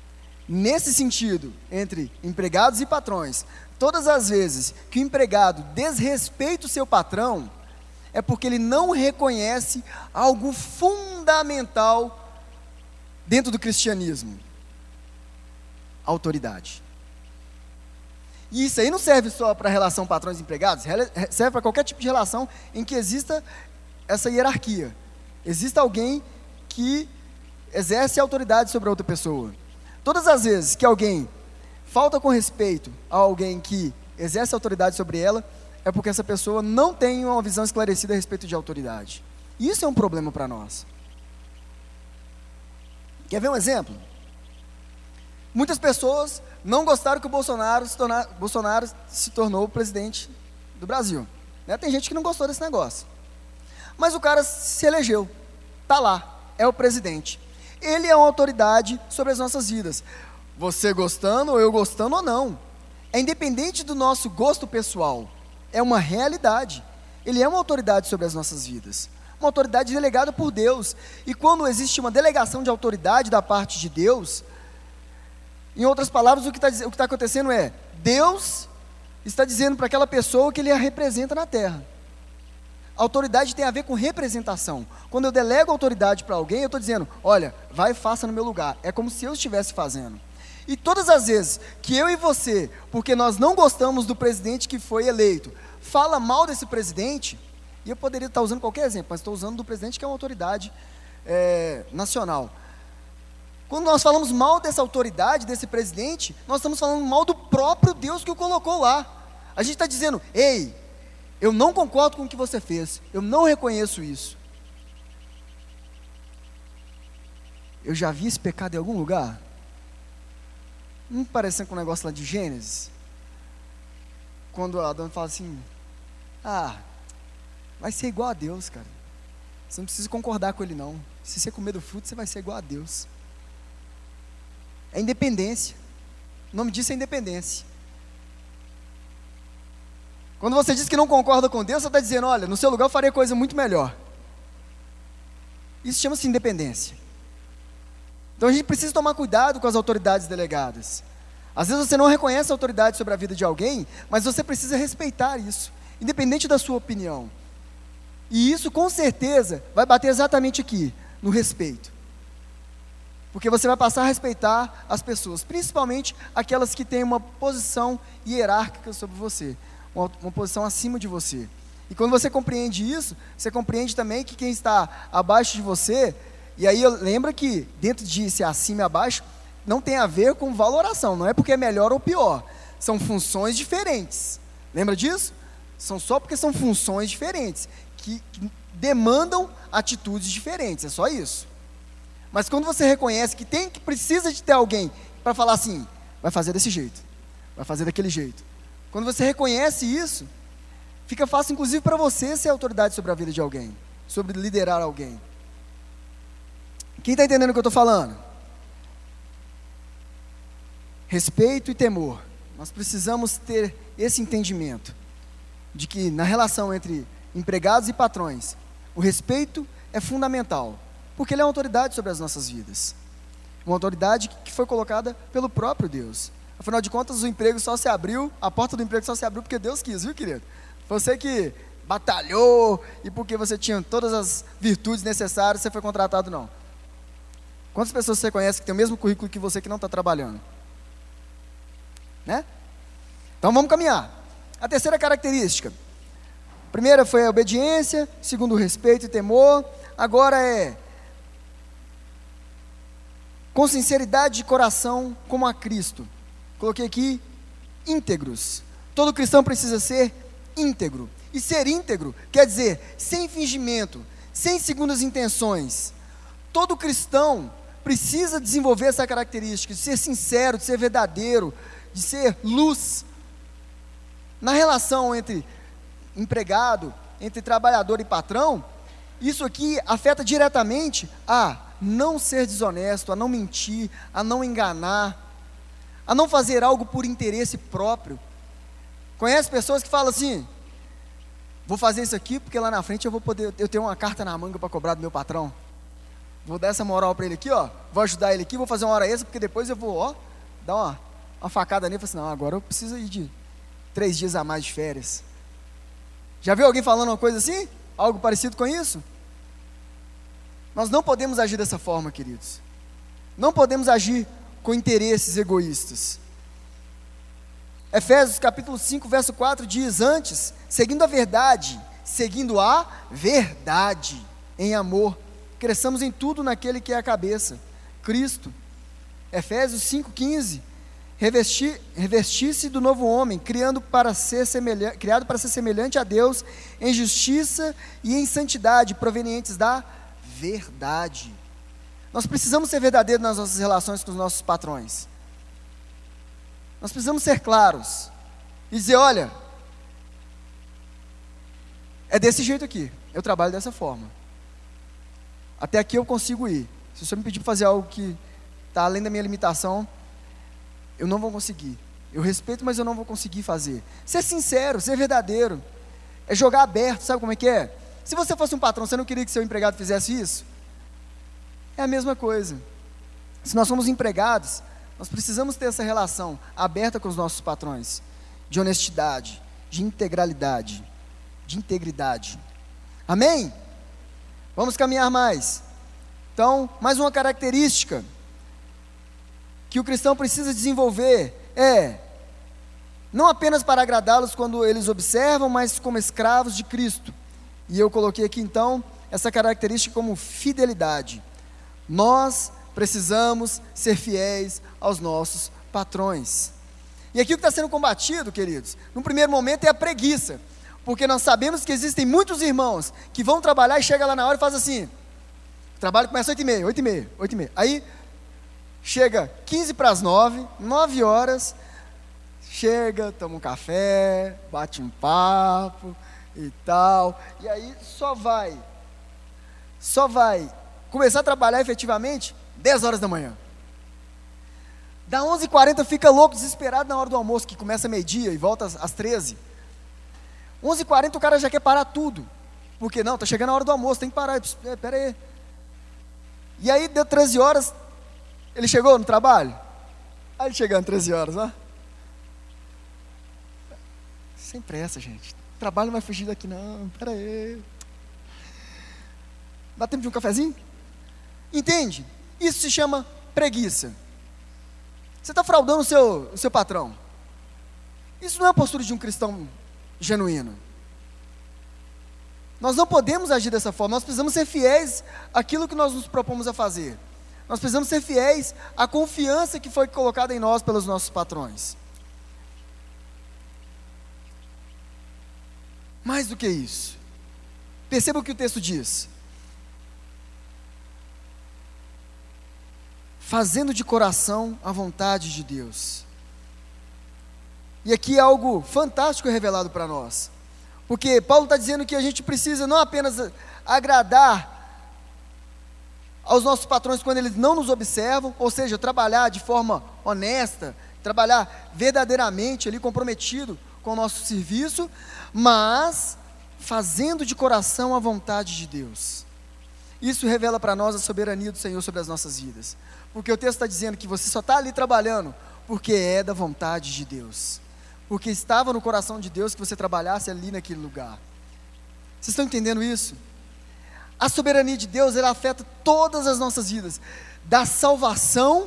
Nesse sentido, entre empregados e patrões, todas as vezes que o empregado desrespeita o seu patrão, é porque ele não reconhece algo fundamental dentro do cristianismo: autoridade. E isso aí não serve só para a relação patrões e empregados, serve para qualquer tipo de relação em que exista essa hierarquia. Exista alguém que exerce autoridade sobre a outra pessoa. Todas as vezes que alguém falta com respeito a alguém que exerce autoridade sobre ela, é porque essa pessoa não tem uma visão esclarecida a respeito de autoridade. Isso é um problema para nós. Quer ver um exemplo? Muitas pessoas não gostaram que o Bolsonaro se, tornar, Bolsonaro se tornou o presidente do Brasil. Né? Tem gente que não gostou desse negócio. Mas o cara se elegeu, está lá, é o presidente. Ele é uma autoridade sobre as nossas vidas. Você gostando ou eu gostando ou não. É independente do nosso gosto pessoal. É uma realidade. Ele é uma autoridade sobre as nossas vidas. Uma autoridade delegada por Deus. E quando existe uma delegação de autoridade da parte de Deus, em outras palavras, o que está o que tá acontecendo é, Deus está dizendo para aquela pessoa que Ele a representa na terra. Autoridade tem a ver com representação. Quando eu delego autoridade para alguém, eu estou dizendo, olha, vai e faça no meu lugar. É como se eu estivesse fazendo. E todas as vezes que eu e você, porque nós não gostamos do presidente que foi eleito, fala mal desse presidente, e eu poderia estar usando qualquer exemplo, mas estou usando do presidente que é uma autoridade é, nacional. Quando nós falamos mal dessa autoridade, desse presidente, nós estamos falando mal do próprio Deus que o colocou lá. A gente está dizendo, ei, eu não concordo com o que você fez, eu não reconheço isso. Eu já vi esse pecado em algum lugar? Não parecendo com um negócio lá de Gênesis? Quando Adão fala assim, ah, vai ser igual a Deus, cara. Você não precisa concordar com ele não. Se você comer do fruto, você vai ser igual a Deus. É independência. O nome disso é independência. Quando você diz que não concorda com Deus, você está dizendo, olha, no seu lugar eu faria coisa muito melhor. Isso chama-se independência. Então a gente precisa tomar cuidado com as autoridades delegadas. Às vezes você não reconhece a autoridade sobre a vida de alguém, mas você precisa respeitar isso, independente da sua opinião. E isso com certeza vai bater exatamente aqui, no respeito. Porque você vai passar a respeitar as pessoas, principalmente aquelas que têm uma posição hierárquica sobre você, uma, uma posição acima de você. E quando você compreende isso, você compreende também que quem está abaixo de você, e aí lembra que dentro de ser acima e abaixo, não tem a ver com valoração, não é porque é melhor ou pior, são funções diferentes. Lembra disso? São só porque são funções diferentes, que, que demandam atitudes diferentes, é só isso. Mas quando você reconhece que tem que precisa de ter alguém para falar assim, vai fazer desse jeito, vai fazer daquele jeito. Quando você reconhece isso, fica fácil inclusive para você ser autoridade sobre a vida de alguém, sobre liderar alguém. Quem está entendendo o que eu estou falando? Respeito e temor. Nós precisamos ter esse entendimento de que na relação entre empregados e patrões, o respeito é fundamental, porque ele é uma autoridade sobre as nossas vidas. Uma autoridade que foi colocada pelo próprio Deus. Afinal de contas, o emprego só se abriu, a porta do emprego só se abriu porque Deus quis, viu, querido? Você que batalhou e porque você tinha todas as virtudes necessárias, você foi contratado, não. Quantas pessoas você conhece que tem o mesmo currículo que você que não está trabalhando? Né? Então vamos caminhar. A terceira característica. A primeira foi a obediência, segundo o respeito e temor. Agora é com sinceridade de coração como a Cristo. Coloquei aqui íntegros. Todo cristão precisa ser íntegro. E ser íntegro quer dizer sem fingimento, sem segundas intenções. Todo cristão precisa desenvolver essa característica de ser sincero, de ser verdadeiro, de ser luz. Na relação entre empregado, entre trabalhador e patrão, isso aqui afeta diretamente a não ser desonesto, a não mentir, a não enganar, a não fazer algo por interesse próprio. Conhece pessoas que falam assim, vou fazer isso aqui porque lá na frente eu vou poder, eu tenho uma carta na manga para cobrar do meu patrão. Vou dar essa moral para ele aqui, ó, vou ajudar ele aqui, vou fazer uma hora extra porque depois eu vou, ó, dá uma, uma facada nele e fala assim, não, agora eu preciso ir de três dias a mais de férias. Já viu alguém falando uma coisa assim? Algo parecido com isso? Nós não podemos agir dessa forma, queridos. Não podemos agir com interesses egoístas. Efésios capítulo cinco, verso quatro diz, antes, seguindo a verdade, seguindo a verdade, em amor, cresçamos em tudo naquele que é a cabeça, Cristo. Efésios cinco, quinze, revesti, revesti-se do novo homem, criando para ser semelhante, criado para ser semelhante a Deus, em justiça e em santidade, provenientes da verdade. Nós precisamos ser verdadeiros nas nossas relações com os nossos patrões. Nós precisamos ser claros e dizer, olha, é desse jeito aqui, eu trabalho dessa forma. Até aqui eu consigo ir. Se o senhor me pedir para fazer algo que está além da minha limitação, eu não vou conseguir. Eu respeito, mas eu não vou conseguir fazer. Ser sincero, ser verdadeiro, é jogar aberto, sabe como é que é? Se você fosse um patrão, você não queria que seu empregado fizesse isso? É a mesma coisa. Se nós somos empregados, nós precisamos ter essa relação aberta com os nossos patrões, de honestidade, de integralidade, de integridade. Amém? Vamos caminhar mais. Então, mais uma característica que o cristão precisa desenvolver é, não apenas para agradá-los quando eles observam, mas como escravos de Cristo. E eu coloquei aqui então, essa característica como fidelidade. Nós precisamos ser fiéis aos nossos patrões. E aqui o que está sendo combatido, queridos, no primeiro momento é a preguiça, porque nós sabemos que existem muitos irmãos que vão trabalhar e chega lá na hora e faz assim, o trabalho começa às oito e meia, oito e meia, oito e meia, aí chega quinze para as nove, nove horas, chega, toma um café, bate um papo e tal, e aí só vai, só vai começar a trabalhar efetivamente dez horas da manhã. Da onze e quarenta fica louco, desesperado na hora do almoço, que começa meio-dia e volta às, às treze. onze e quarenta o cara já quer parar tudo. Porque não, está chegando a hora do almoço, tem que parar. É, pera aí. E aí deu treze horas, ele chegou no trabalho? Aí ele chegando treze horas, ó. Sem pressa, gente. O trabalho não vai fugir daqui não, pera aí. Dá tempo de um cafezinho? Entende? Isso se chama preguiça. Você está fraudando o seu, o seu patrão. Isso não é a postura de um cristão genuíno. Nós não podemos agir dessa forma. Nós precisamos ser fiéis àquilo que nós nos propomos a fazer. Nós precisamos ser fiéis à confiança que foi colocada em nós pelos nossos patrões. Mais do que isso, perceba o que o texto diz. Fazendo de coração a vontade de Deus. E aqui é algo fantástico revelado para nós, porque Paulo está dizendo que a gente precisa não apenas agradar aos nossos patrões quando eles não nos observam, ou seja, trabalhar de forma honesta, trabalhar verdadeiramente ali comprometido com o nosso serviço, mas fazendo de coração a vontade de Deus. Isso revela para nós a soberania do Senhor sobre as nossas vidas, porque o texto está dizendo que você só está ali trabalhando porque é da vontade de Deus, porque estava no coração de Deus que você trabalhasse ali naquele lugar. Vocês estão entendendo isso? A soberania de Deus, ela afeta todas as nossas vidas, da salvação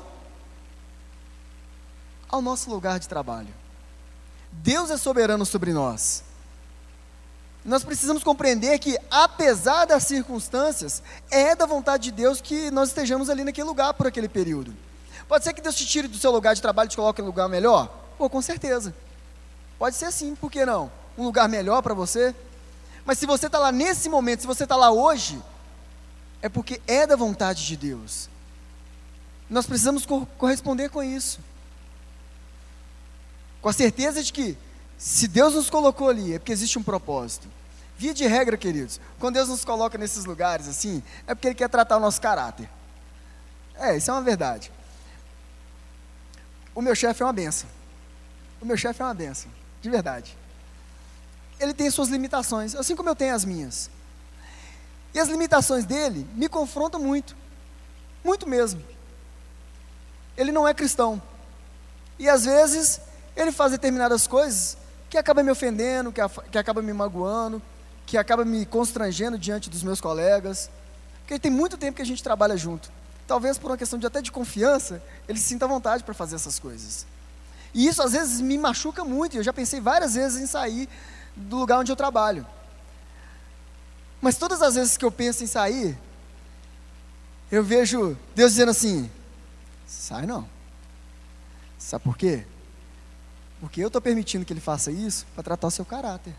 ao nosso lugar de trabalho. Deus é soberano sobre nós. Nós precisamos compreender que, apesar das circunstâncias, é da vontade de Deus que nós estejamos ali naquele lugar por aquele período. Pode ser que Deus te tire do seu lugar de trabalho e te coloque em um lugar melhor? Pô, com certeza. Pode ser assim, por que não? Um lugar melhor para você? Mas se você está lá nesse momento, se você está lá hoje, é porque é da vontade de Deus. Nós precisamos co- corresponder com isso. Com a certeza de que, se Deus nos colocou ali, é porque existe um propósito. Via de regra, queridos, quando Deus nos coloca nesses lugares assim, é porque Ele quer tratar o nosso caráter. É, isso é uma verdade. O meu chefe é uma benção. O meu chefe é uma benção, de verdade. Ele tem suas limitações, assim como eu tenho as minhas. E as limitações dele me confrontam muito. Muito mesmo. Ele não é cristão. E às vezes, ele faz determinadas coisas que acaba me ofendendo, que, a, que acaba me magoando, que acaba me constrangendo diante dos meus colegas, porque tem muito tempo que a gente trabalha junto. Talvez por uma questão de até de confiança, ele se sinta à vontade para fazer essas coisas. E isso às vezes me machuca muito, e eu já pensei várias vezes em sair do lugar onde eu trabalho. Mas todas as vezes que eu penso em sair, eu vejo Deus dizendo assim: sai não. Sabe por quê? Porque eu estou permitindo que ele faça isso para tratar o seu caráter.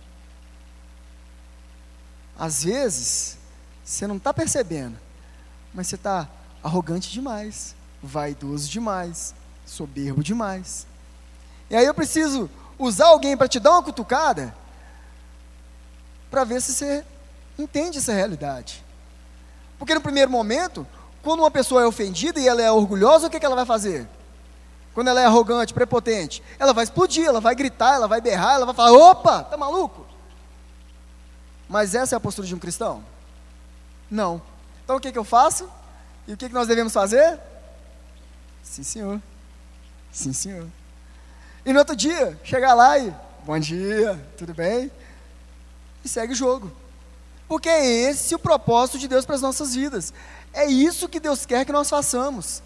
Às vezes, você não está percebendo, mas você está arrogante demais, vaidoso demais, soberbo demais. E aí eu preciso usar alguém para te dar uma cutucada, para ver se você entende essa realidade. Porque no primeiro momento, quando uma pessoa é ofendida e ela é orgulhosa, o que, que ela vai fazer? Quando ela é arrogante, prepotente, ela vai explodir, ela vai gritar, ela vai berrar, ela vai falar: opa, tá maluco? Mas essa é a postura de um cristão? Não. Então o que, que eu faço? E o que, que nós devemos fazer? Sim, senhor. Sim, senhor. E no outro dia, chegar lá e: bom dia, tudo bem? E segue o jogo. Porque é esse o propósito de Deus para as nossas vidas. É isso que Deus quer que nós façamos.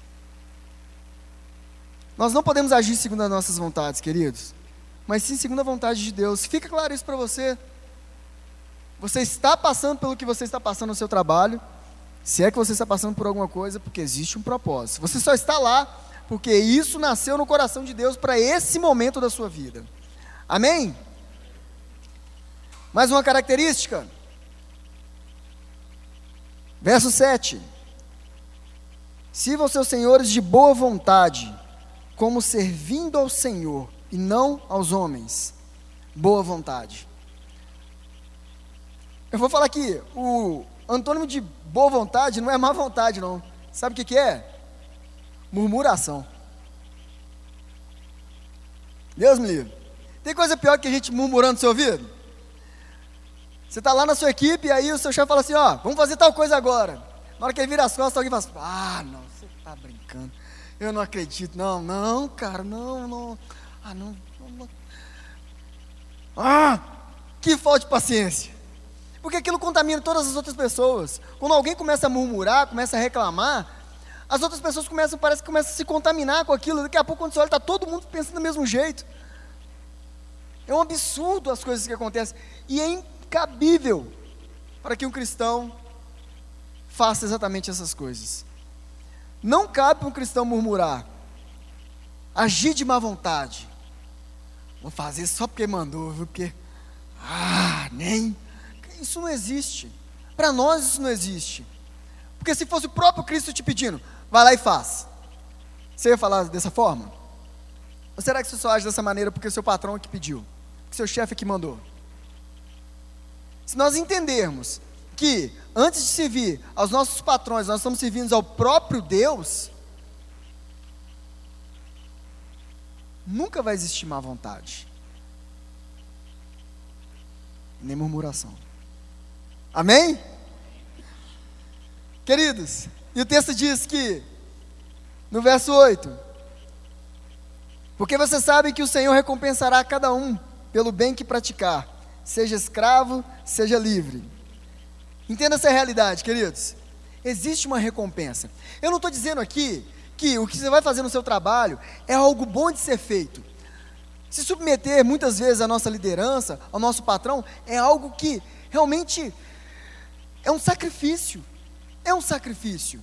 Nós não podemos agir segundo as nossas vontades, queridos, mas sim segundo a vontade de Deus. Fica claro isso para você. Você está passando pelo que você está passando no seu trabalho, se é que você está passando por alguma coisa, porque existe um propósito. Você só está lá porque isso nasceu no coração de Deus para esse momento da sua vida. Amém? Mais uma característica. Verso sete. Sirvam seus senhores de boa vontade, como servindo ao Senhor e não aos homens. Boa vontade. Eu vou falar aqui, o antônimo de boa vontade não é má vontade, não. Sabe o que, que é? Murmuração. Deus me livre. Tem coisa pior que a gente murmurando no seu ouvido? Você está lá na sua equipe e aí o seu chefe fala assim: ó, vamos fazer tal coisa agora. Na hora que ele vira as costas, alguém fala assim: ah, não, você está brincando. Eu não acredito, não, não, cara, não, não. Ah, não, não. Ah, que falta de paciência. Porque aquilo contamina todas as outras pessoas. Quando alguém começa a murmurar, começa a reclamar, as outras pessoas começam, parece que começam a se contaminar com aquilo. Daqui a pouco, quando você olha, está todo mundo pensando do mesmo jeito. É um absurdo as coisas que acontecem. E é incabível para que um cristão faça exatamente essas coisas. Não cabe para um cristão murmurar, agir de má vontade. Vou fazer só porque mandou, viu? Porque, ah, nem... Isso não existe. Para nós isso não existe. Porque se fosse o próprio Cristo te pedindo, vai lá e faz, você ia falar dessa forma? Ou será que você só age dessa maneira porque o seu patrão é que pediu? Porque o seu chefe é que mandou? Se nós entendermos que antes de servir aos nossos patrões, nós estamos servindo ao próprio Deus, nunca vai existir má vontade, nem murmuração. Amém? Queridos, e o texto diz que, no verso oito, porque você sabe que o Senhor recompensará a cada um pelo bem que praticar, seja escravo, seja livre. Entenda essa realidade, queridos. Existe uma recompensa. Eu não estou dizendo aqui que o que você vai fazer no seu trabalho é algo bom de ser feito. Se submeter muitas vezes à nossa liderança, ao nosso patrão, é algo que realmente é um sacrifício. É um sacrifício.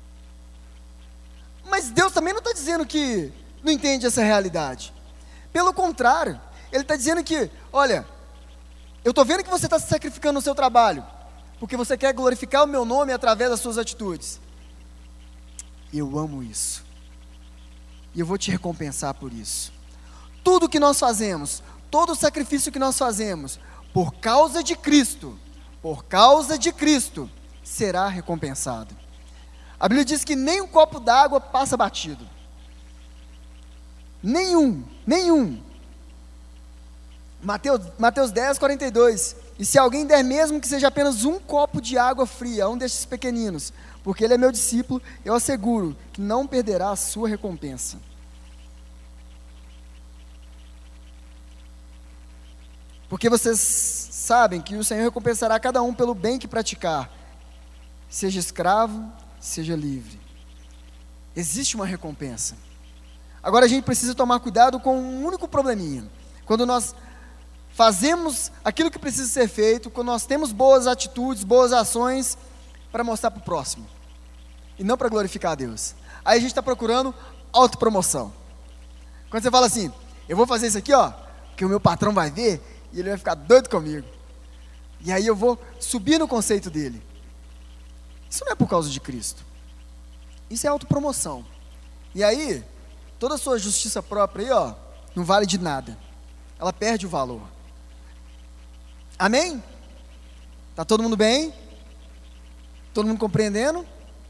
Mas Deus também não está dizendo que não entende essa realidade. Pelo contrário, Ele está dizendo que, olha, eu estou vendo que você está se sacrificando no seu trabalho, porque você quer glorificar o meu nome através das suas atitudes. Eu amo isso. E eu vou te recompensar por isso. Tudo que nós fazemos, todo o sacrifício que nós fazemos, por causa de Cristo, por causa de Cristo, será recompensado. A Bíblia diz que nem um copo d'água passa batido. Nenhum, nenhum. Mateus, Mateus dez, quarenta e dois. E se alguém der mesmo que seja apenas um copo de água fria a um destes pequeninos, porque ele é meu discípulo, eu asseguro que não perderá a sua recompensa. Porque vocês sabem que o Senhor recompensará cada um pelo bem que praticar, seja escravo, seja livre. Existe uma recompensa. Agora a gente precisa tomar cuidado com um único probleminha. Quando nós fazemos aquilo que precisa ser feito, quando nós temos boas atitudes, boas ações para mostrar para o próximo, e não para glorificar a Deus. Aí a gente está procurando autopromoção. Quando você fala assim, eu vou fazer isso aqui, ó, que o meu patrão vai ver, e ele vai ficar doido comigo. E aí eu vou subir no conceito dele. Isso não é por causa de Cristo. Isso é autopromoção. E aí, toda a sua justiça própria aí, ó, não vale de nada. Ela perde o valor. Amém? Tá todo mundo bem? Todo mundo compreendendo?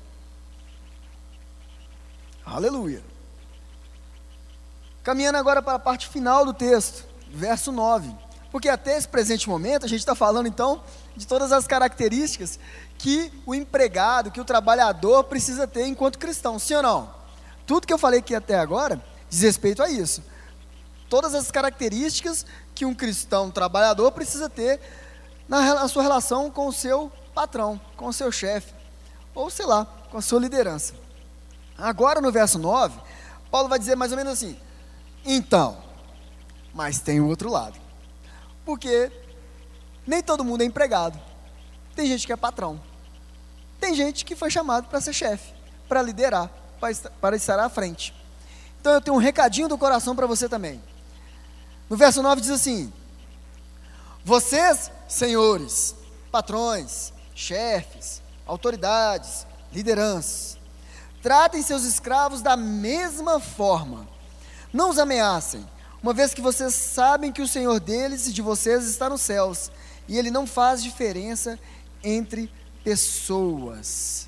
Aleluia. Caminhando agora para a parte final do texto, verso nove. Porque até esse presente momento, a gente está falando então de todas as características que o empregado, que o trabalhador precisa ter enquanto cristão, sim ou não? Tudo que eu falei aqui até agora diz respeito a isso. Todas as características que um cristão trabalhador precisa ter na, na sua relação com o seu patrão, com o seu chefe, ou sei lá, com a sua liderança. Agora no verso nove, Paulo vai dizer mais ou menos assim, então, mas tem o outro lado, porque nem todo mundo é empregado, tem gente que é patrão, tem gente que foi chamado para ser chefe, para liderar, para estar, para estar à frente. Então eu tenho um recadinho do coração para você também. No verso nove diz assim, vocês, senhores, patrões, chefes, autoridades, lideranças, tratem seus escravos da mesma forma, não os ameacem, uma vez que vocês sabem que o Senhor deles e de vocês está nos céus, e Ele não faz diferença entre pessoas.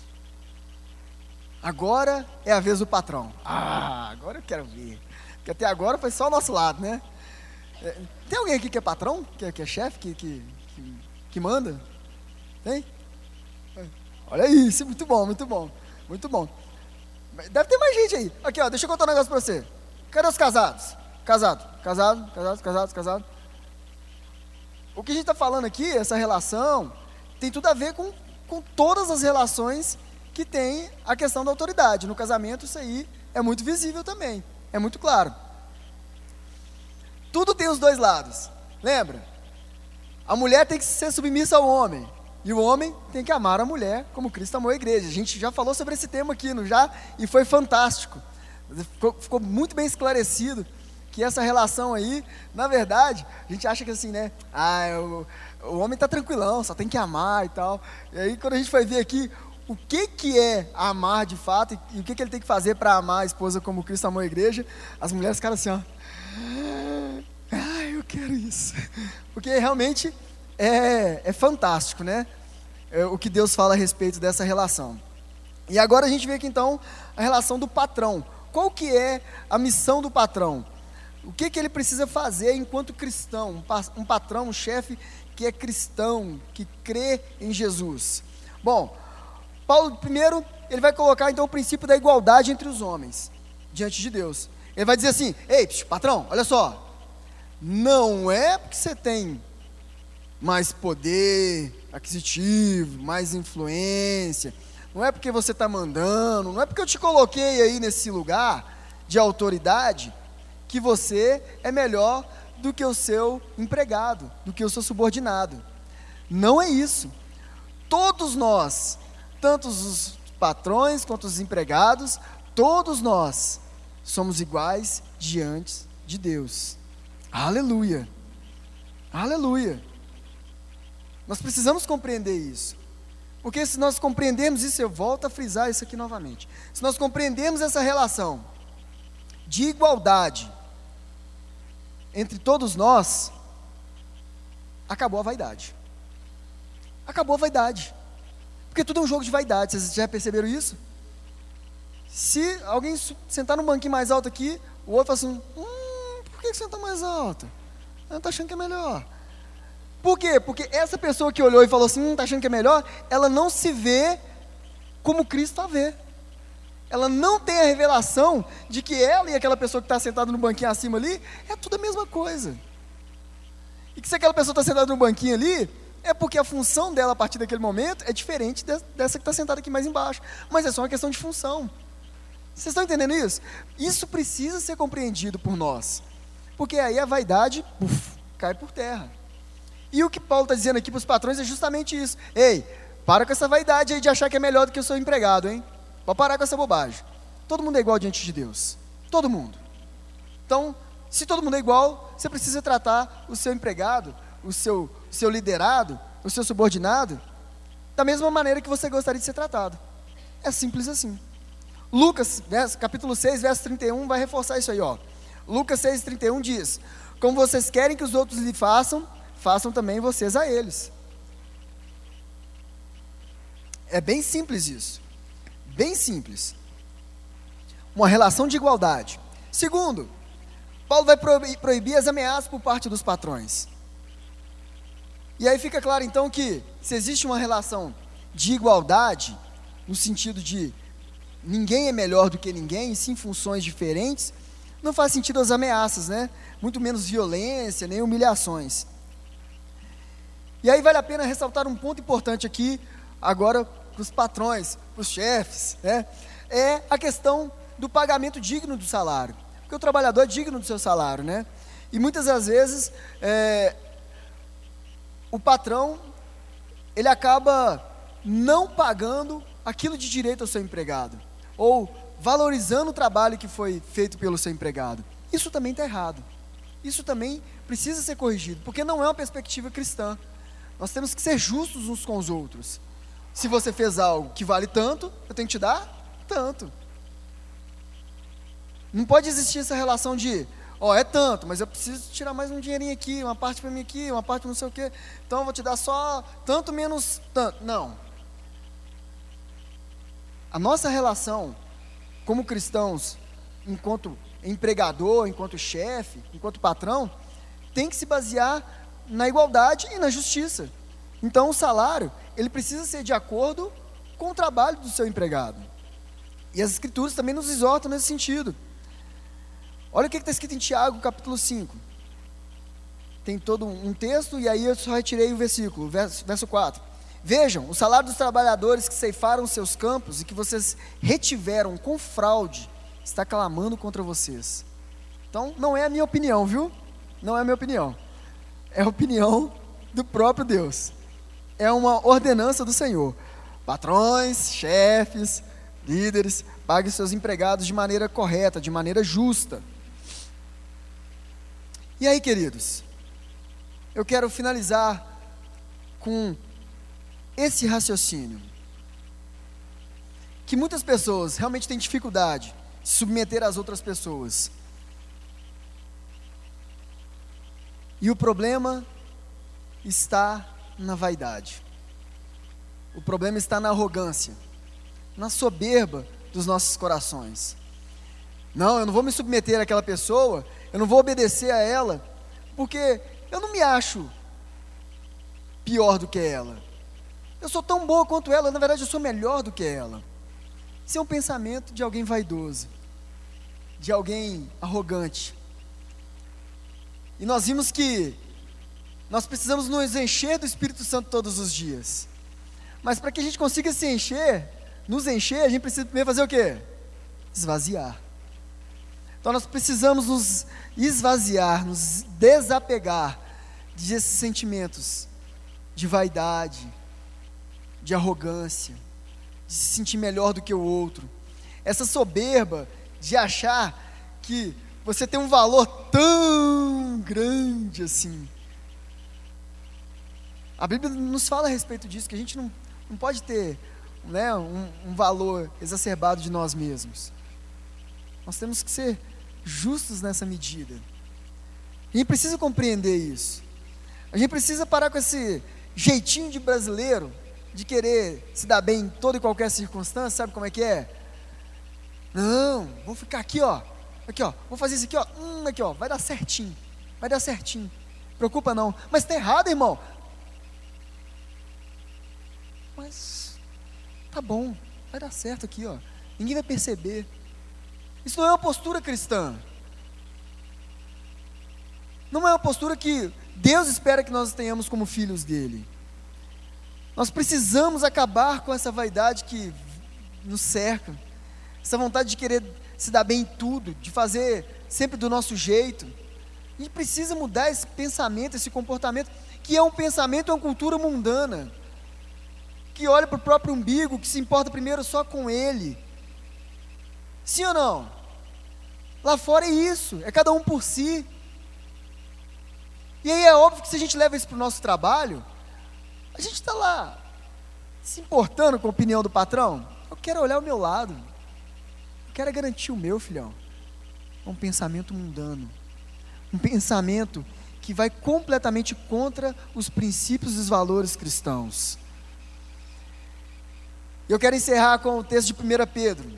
Agora é a vez do patrão. Ah, agora eu quero ver. Porque até agora foi só o nosso lado, né? É, tem alguém aqui que é patrão? Que é, que é chefe? Que, que, que, que manda? Tem? Olha isso, muito bom, muito bom. Muito bom. Deve ter mais gente aí. Aqui, ó, deixa eu contar um negócio pra você. Cadê os casados? Casado, casado, casado, casado, casado. O que a gente está falando aqui, essa relação, tem tudo a ver com, com todas as relações que tem a questão da autoridade. No casamento, isso aí é muito visível também. É muito claro. Tudo tem os dois lados. Lembra? A mulher tem que ser submissa ao homem. E o homem tem que amar a mulher como Cristo amou a igreja. A gente já falou sobre esse tema aqui, não já? E foi fantástico. Ficou, ficou muito bem esclarecido que essa relação aí, na verdade, a gente acha que assim, né? Ah, o, o homem está tranquilão, só tem que amar e tal. E aí, quando a gente vai ver aqui o que, que é amar de fato e, e o que, que ele tem que fazer para amar a esposa como Cristo amou a igreja, as mulheres ficaram assim, ó. Ah, eu quero isso. Porque realmente é, é fantástico, né? É, o que Deus fala a respeito dessa relação. E agora a gente vê aqui então a relação do patrão. Qual que é a missão do patrão? O que, que ele precisa fazer enquanto cristão? Um patrão, um chefe que é cristão, que crê em Jesus. Bom, Paulo primeiro, ele vai colocar então o princípio da igualdade entre os homens, diante de Deus. Ele vai dizer assim, ei, patrão, olha só, não é porque você tem mais poder aquisitivo, mais influência, não é porque você está mandando, não é porque eu te coloquei aí nesse lugar de autoridade, que você é melhor do que o seu empregado, do que o seu subordinado. Não é isso. Todos nós, tanto os patrões quanto os empregados, todos nós somos iguais diante de Deus. Aleluia. Aleluia. Nós precisamos compreender isso. Porque se nós compreendermos isso, eu volto a frisar isso aqui novamente. Se nós compreendermos essa relação de igualdade entre todos nós, acabou a vaidade. Acabou a vaidade. Porque tudo é um jogo de vaidade, vocês já perceberam isso? Se alguém sentar num banquinho mais alto aqui, o outro fala assim, hum, por que você senta mais alto? Eu estou achando que é melhor. Por quê? Porque essa pessoa que olhou e falou assim, hum, está achando que é melhor, ela não se vê como Cristo a vê. Ela não tem a revelação de que ela e aquela pessoa que está sentada no banquinho acima ali, é tudo a mesma coisa. E que se aquela pessoa está sentada no banquinho ali, é porque a função dela a partir daquele momento é diferente de, dessa que está sentada aqui mais embaixo. Mas é só uma questão de função. Vocês estão entendendo isso? Isso precisa ser compreendido por nós. Porque aí a vaidade, uf, cai por terra. E o que Paulo está dizendo aqui para os patrões é justamente isso. Ei, para com essa vaidade aí de achar que é melhor do que o seu empregado, hein? Pode parar com essa bobagem. Todo mundo é igual diante de Deus. Todo mundo. Então, se todo mundo é igual, você precisa tratar o seu empregado, o seu, o seu liderado, o seu subordinado, da mesma maneira que você gostaria de ser tratado. É simples assim. Lucas, verso, capítulo seis, verso trinta e um, vai reforçar isso aí, ó. Lucas seis, trinta e um diz: como vocês querem que os outros lhe façam, façam também vocês a eles. É bem simples isso. Bem simples. Uma relação de igualdade. Segundo, Paulo vai proibir, proibir as ameaças por parte dos patrões. E aí fica claro então que se existe uma relação de igualdade, no sentido de ninguém é melhor do que ninguém, e sim funções diferentes, não faz sentido as ameaças, né? Muito menos violência, nem humilhações. E aí vale a pena ressaltar um ponto importante aqui, agora para os patrões, para os chefes, né? É a questão do pagamento digno do salário. Porque o trabalhador é digno do seu salário, né? E muitas das vezes, é, o patrão, ele acaba não pagando aquilo de direito ao seu empregado, ou valorizando o trabalho que foi feito pelo seu empregado. Isso também está errado. Isso também precisa ser corrigido, porque não é uma perspectiva cristã. Nós temos que ser justos uns com os outros. Se você fez algo que vale tanto, eu tenho que te dar tanto. Não pode existir essa relação de, ó, é tanto, mas eu preciso tirar mais um dinheirinho aqui, uma parte para mim aqui, uma parte não sei o quê, então eu vou te dar só tanto menos tanto. Não. A nossa relação como cristãos, enquanto empregador, enquanto chefe, enquanto patrão, tem que se basear na igualdade e na justiça. Então o salário, ele precisa ser de acordo com o trabalho do seu empregado. E as escrituras também nos exortam nesse sentido. Olha o que está escrito em Tiago, capítulo cinco. Tem todo um texto, e aí eu só retirei o versículo, verso, verso quatro. Vejam, o salário dos trabalhadores que ceifaram seus campos e que vocês retiveram com fraude, está clamando contra vocês. Então, não é a minha opinião, viu? Não é a minha opinião. É a opinião do próprio Deus. É uma ordenança do Senhor. Patrões, chefes, líderes, paguem seus empregados de maneira correta, de maneira justa. E aí, queridos, eu quero finalizar com esse raciocínio, que muitas pessoas realmente têm dificuldade de se submeter às outras pessoas, e o problema está na vaidade, o problema está na arrogância, na soberba dos nossos corações. Não, eu não vou me submeter àquela pessoa, eu não vou obedecer a ela, porque eu não me acho pior do que ela. Eu sou tão boa quanto ela, na verdade eu sou melhor do que ela. Isso é um pensamento de alguém vaidoso, de alguém arrogante. E nós vimos que nós precisamos nos encher do Espírito Santo todos os dias. Mas para que a gente consiga se encher, nos encher, a gente precisa primeiro fazer o quê? Esvaziar. Então nós precisamos nos esvaziar, nos desapegar desses sentimentos de vaidade, de arrogância, de se sentir melhor do que o outro, essa soberba de achar que você tem um valor tão grande assim. A Bíblia nos fala a respeito disso, que a gente não, não pode ter, né, um, um valor exacerbado de nós mesmos. Nós temos que ser justos nessa medida. A gente precisa compreender isso. A gente precisa parar com esse jeitinho de brasileiro, de querer se dar bem em toda e qualquer circunstância. Sabe como é que é? Não, vou ficar aqui, ó. Aqui, ó. Vou fazer isso aqui, ó. Hum, aqui, ó. Vai dar certinho. Vai dar certinho. Preocupa não. Mas está errado, irmão. Mas tá bom. Vai dar certo aqui, ó. Ninguém vai perceber. Isso não é uma postura cristã. Não é uma postura que Deus espera que nós tenhamos como filhos dele. Nós precisamos acabar com essa vaidade que nos cerca, essa vontade de querer se dar bem em tudo, de fazer sempre do nosso jeito. A gente precisa mudar esse pensamento, esse comportamento, que é um pensamento, é uma cultura mundana, que olha para o próprio umbigo, que se importa primeiro só com ele. Sim ou não? Lá fora é isso, é cada um por si. E aí é óbvio que se a gente leva isso para o nosso trabalho, a gente está lá, se importando com a opinião do patrão. Eu quero olhar o meu lado, eu quero garantir o meu, filhão. É um pensamento mundano, um pensamento que vai completamente contra os princípios e os valores cristãos. Eu quero encerrar com o texto de primeira Pedro,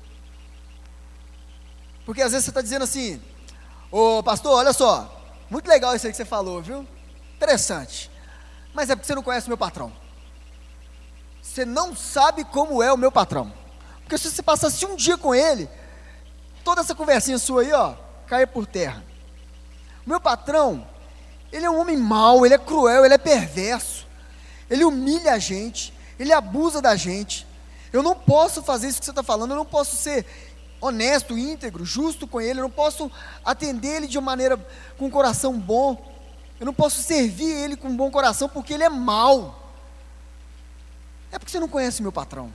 porque às vezes você está dizendo assim: ô pastor, olha só, muito legal isso aí que você falou, viu? Interessante, mas é porque você não conhece o meu patrão. Você não sabe como é o meu patrão, porque se você passasse um dia com ele, toda essa conversinha sua aí, ó, caia por terra. O meu patrão, ele é um homem mau, ele é cruel, ele é perverso, ele humilha a gente, ele abusa da gente. Eu não posso fazer isso que você está falando, eu não posso ser honesto, íntegro, justo com ele, eu não posso atender ele de uma maneira, com um coração bom, eu não posso servir ele com um bom coração, porque ele é mau. É porque você não conhece o meu patrão.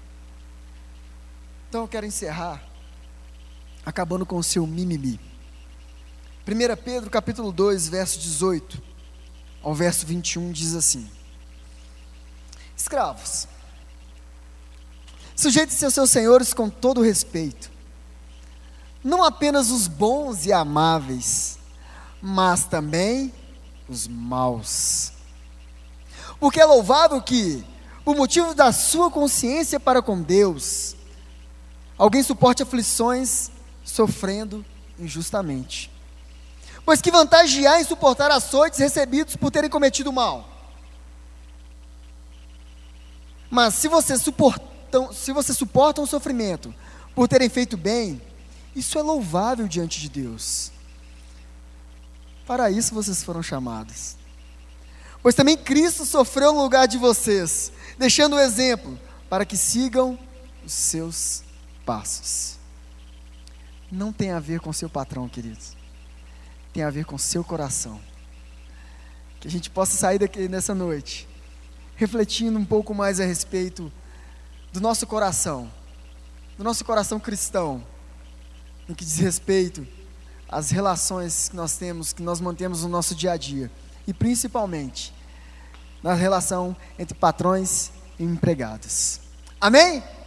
Então eu quero encerrar acabando com o seu mimimi. primeira Pedro capítulo dois, verso dezoito ao verso vinte e um diz assim: escravos, sujeitem-se aos seus senhores com todo respeito, não apenas os bons e amáveis, mas também os maus, porque é louvável que, por motivo da sua consciência para com Deus, alguém suporte aflições sofrendo injustamente. Pois que vantagem há em suportar açoites recebidos por terem cometido mal? Mas se você suportam, se você suporta um sofrimento por terem feito bem, isso é louvável diante de Deus. Para isso vocês foram chamados. Pois também Cristo sofreu no lugar de vocês, deixando o exemplo para que sigam os seus passos. Não tem a ver com seu patrão, queridos. Tem a ver com seu coração. Que a gente possa sair daqui nessa noite refletindo um pouco mais a respeito do nosso coração, do nosso coração cristão, no que diz respeito às relações que nós temos, que nós mantemos no nosso dia a dia, e principalmente na relação entre patrões e empregados. Amém?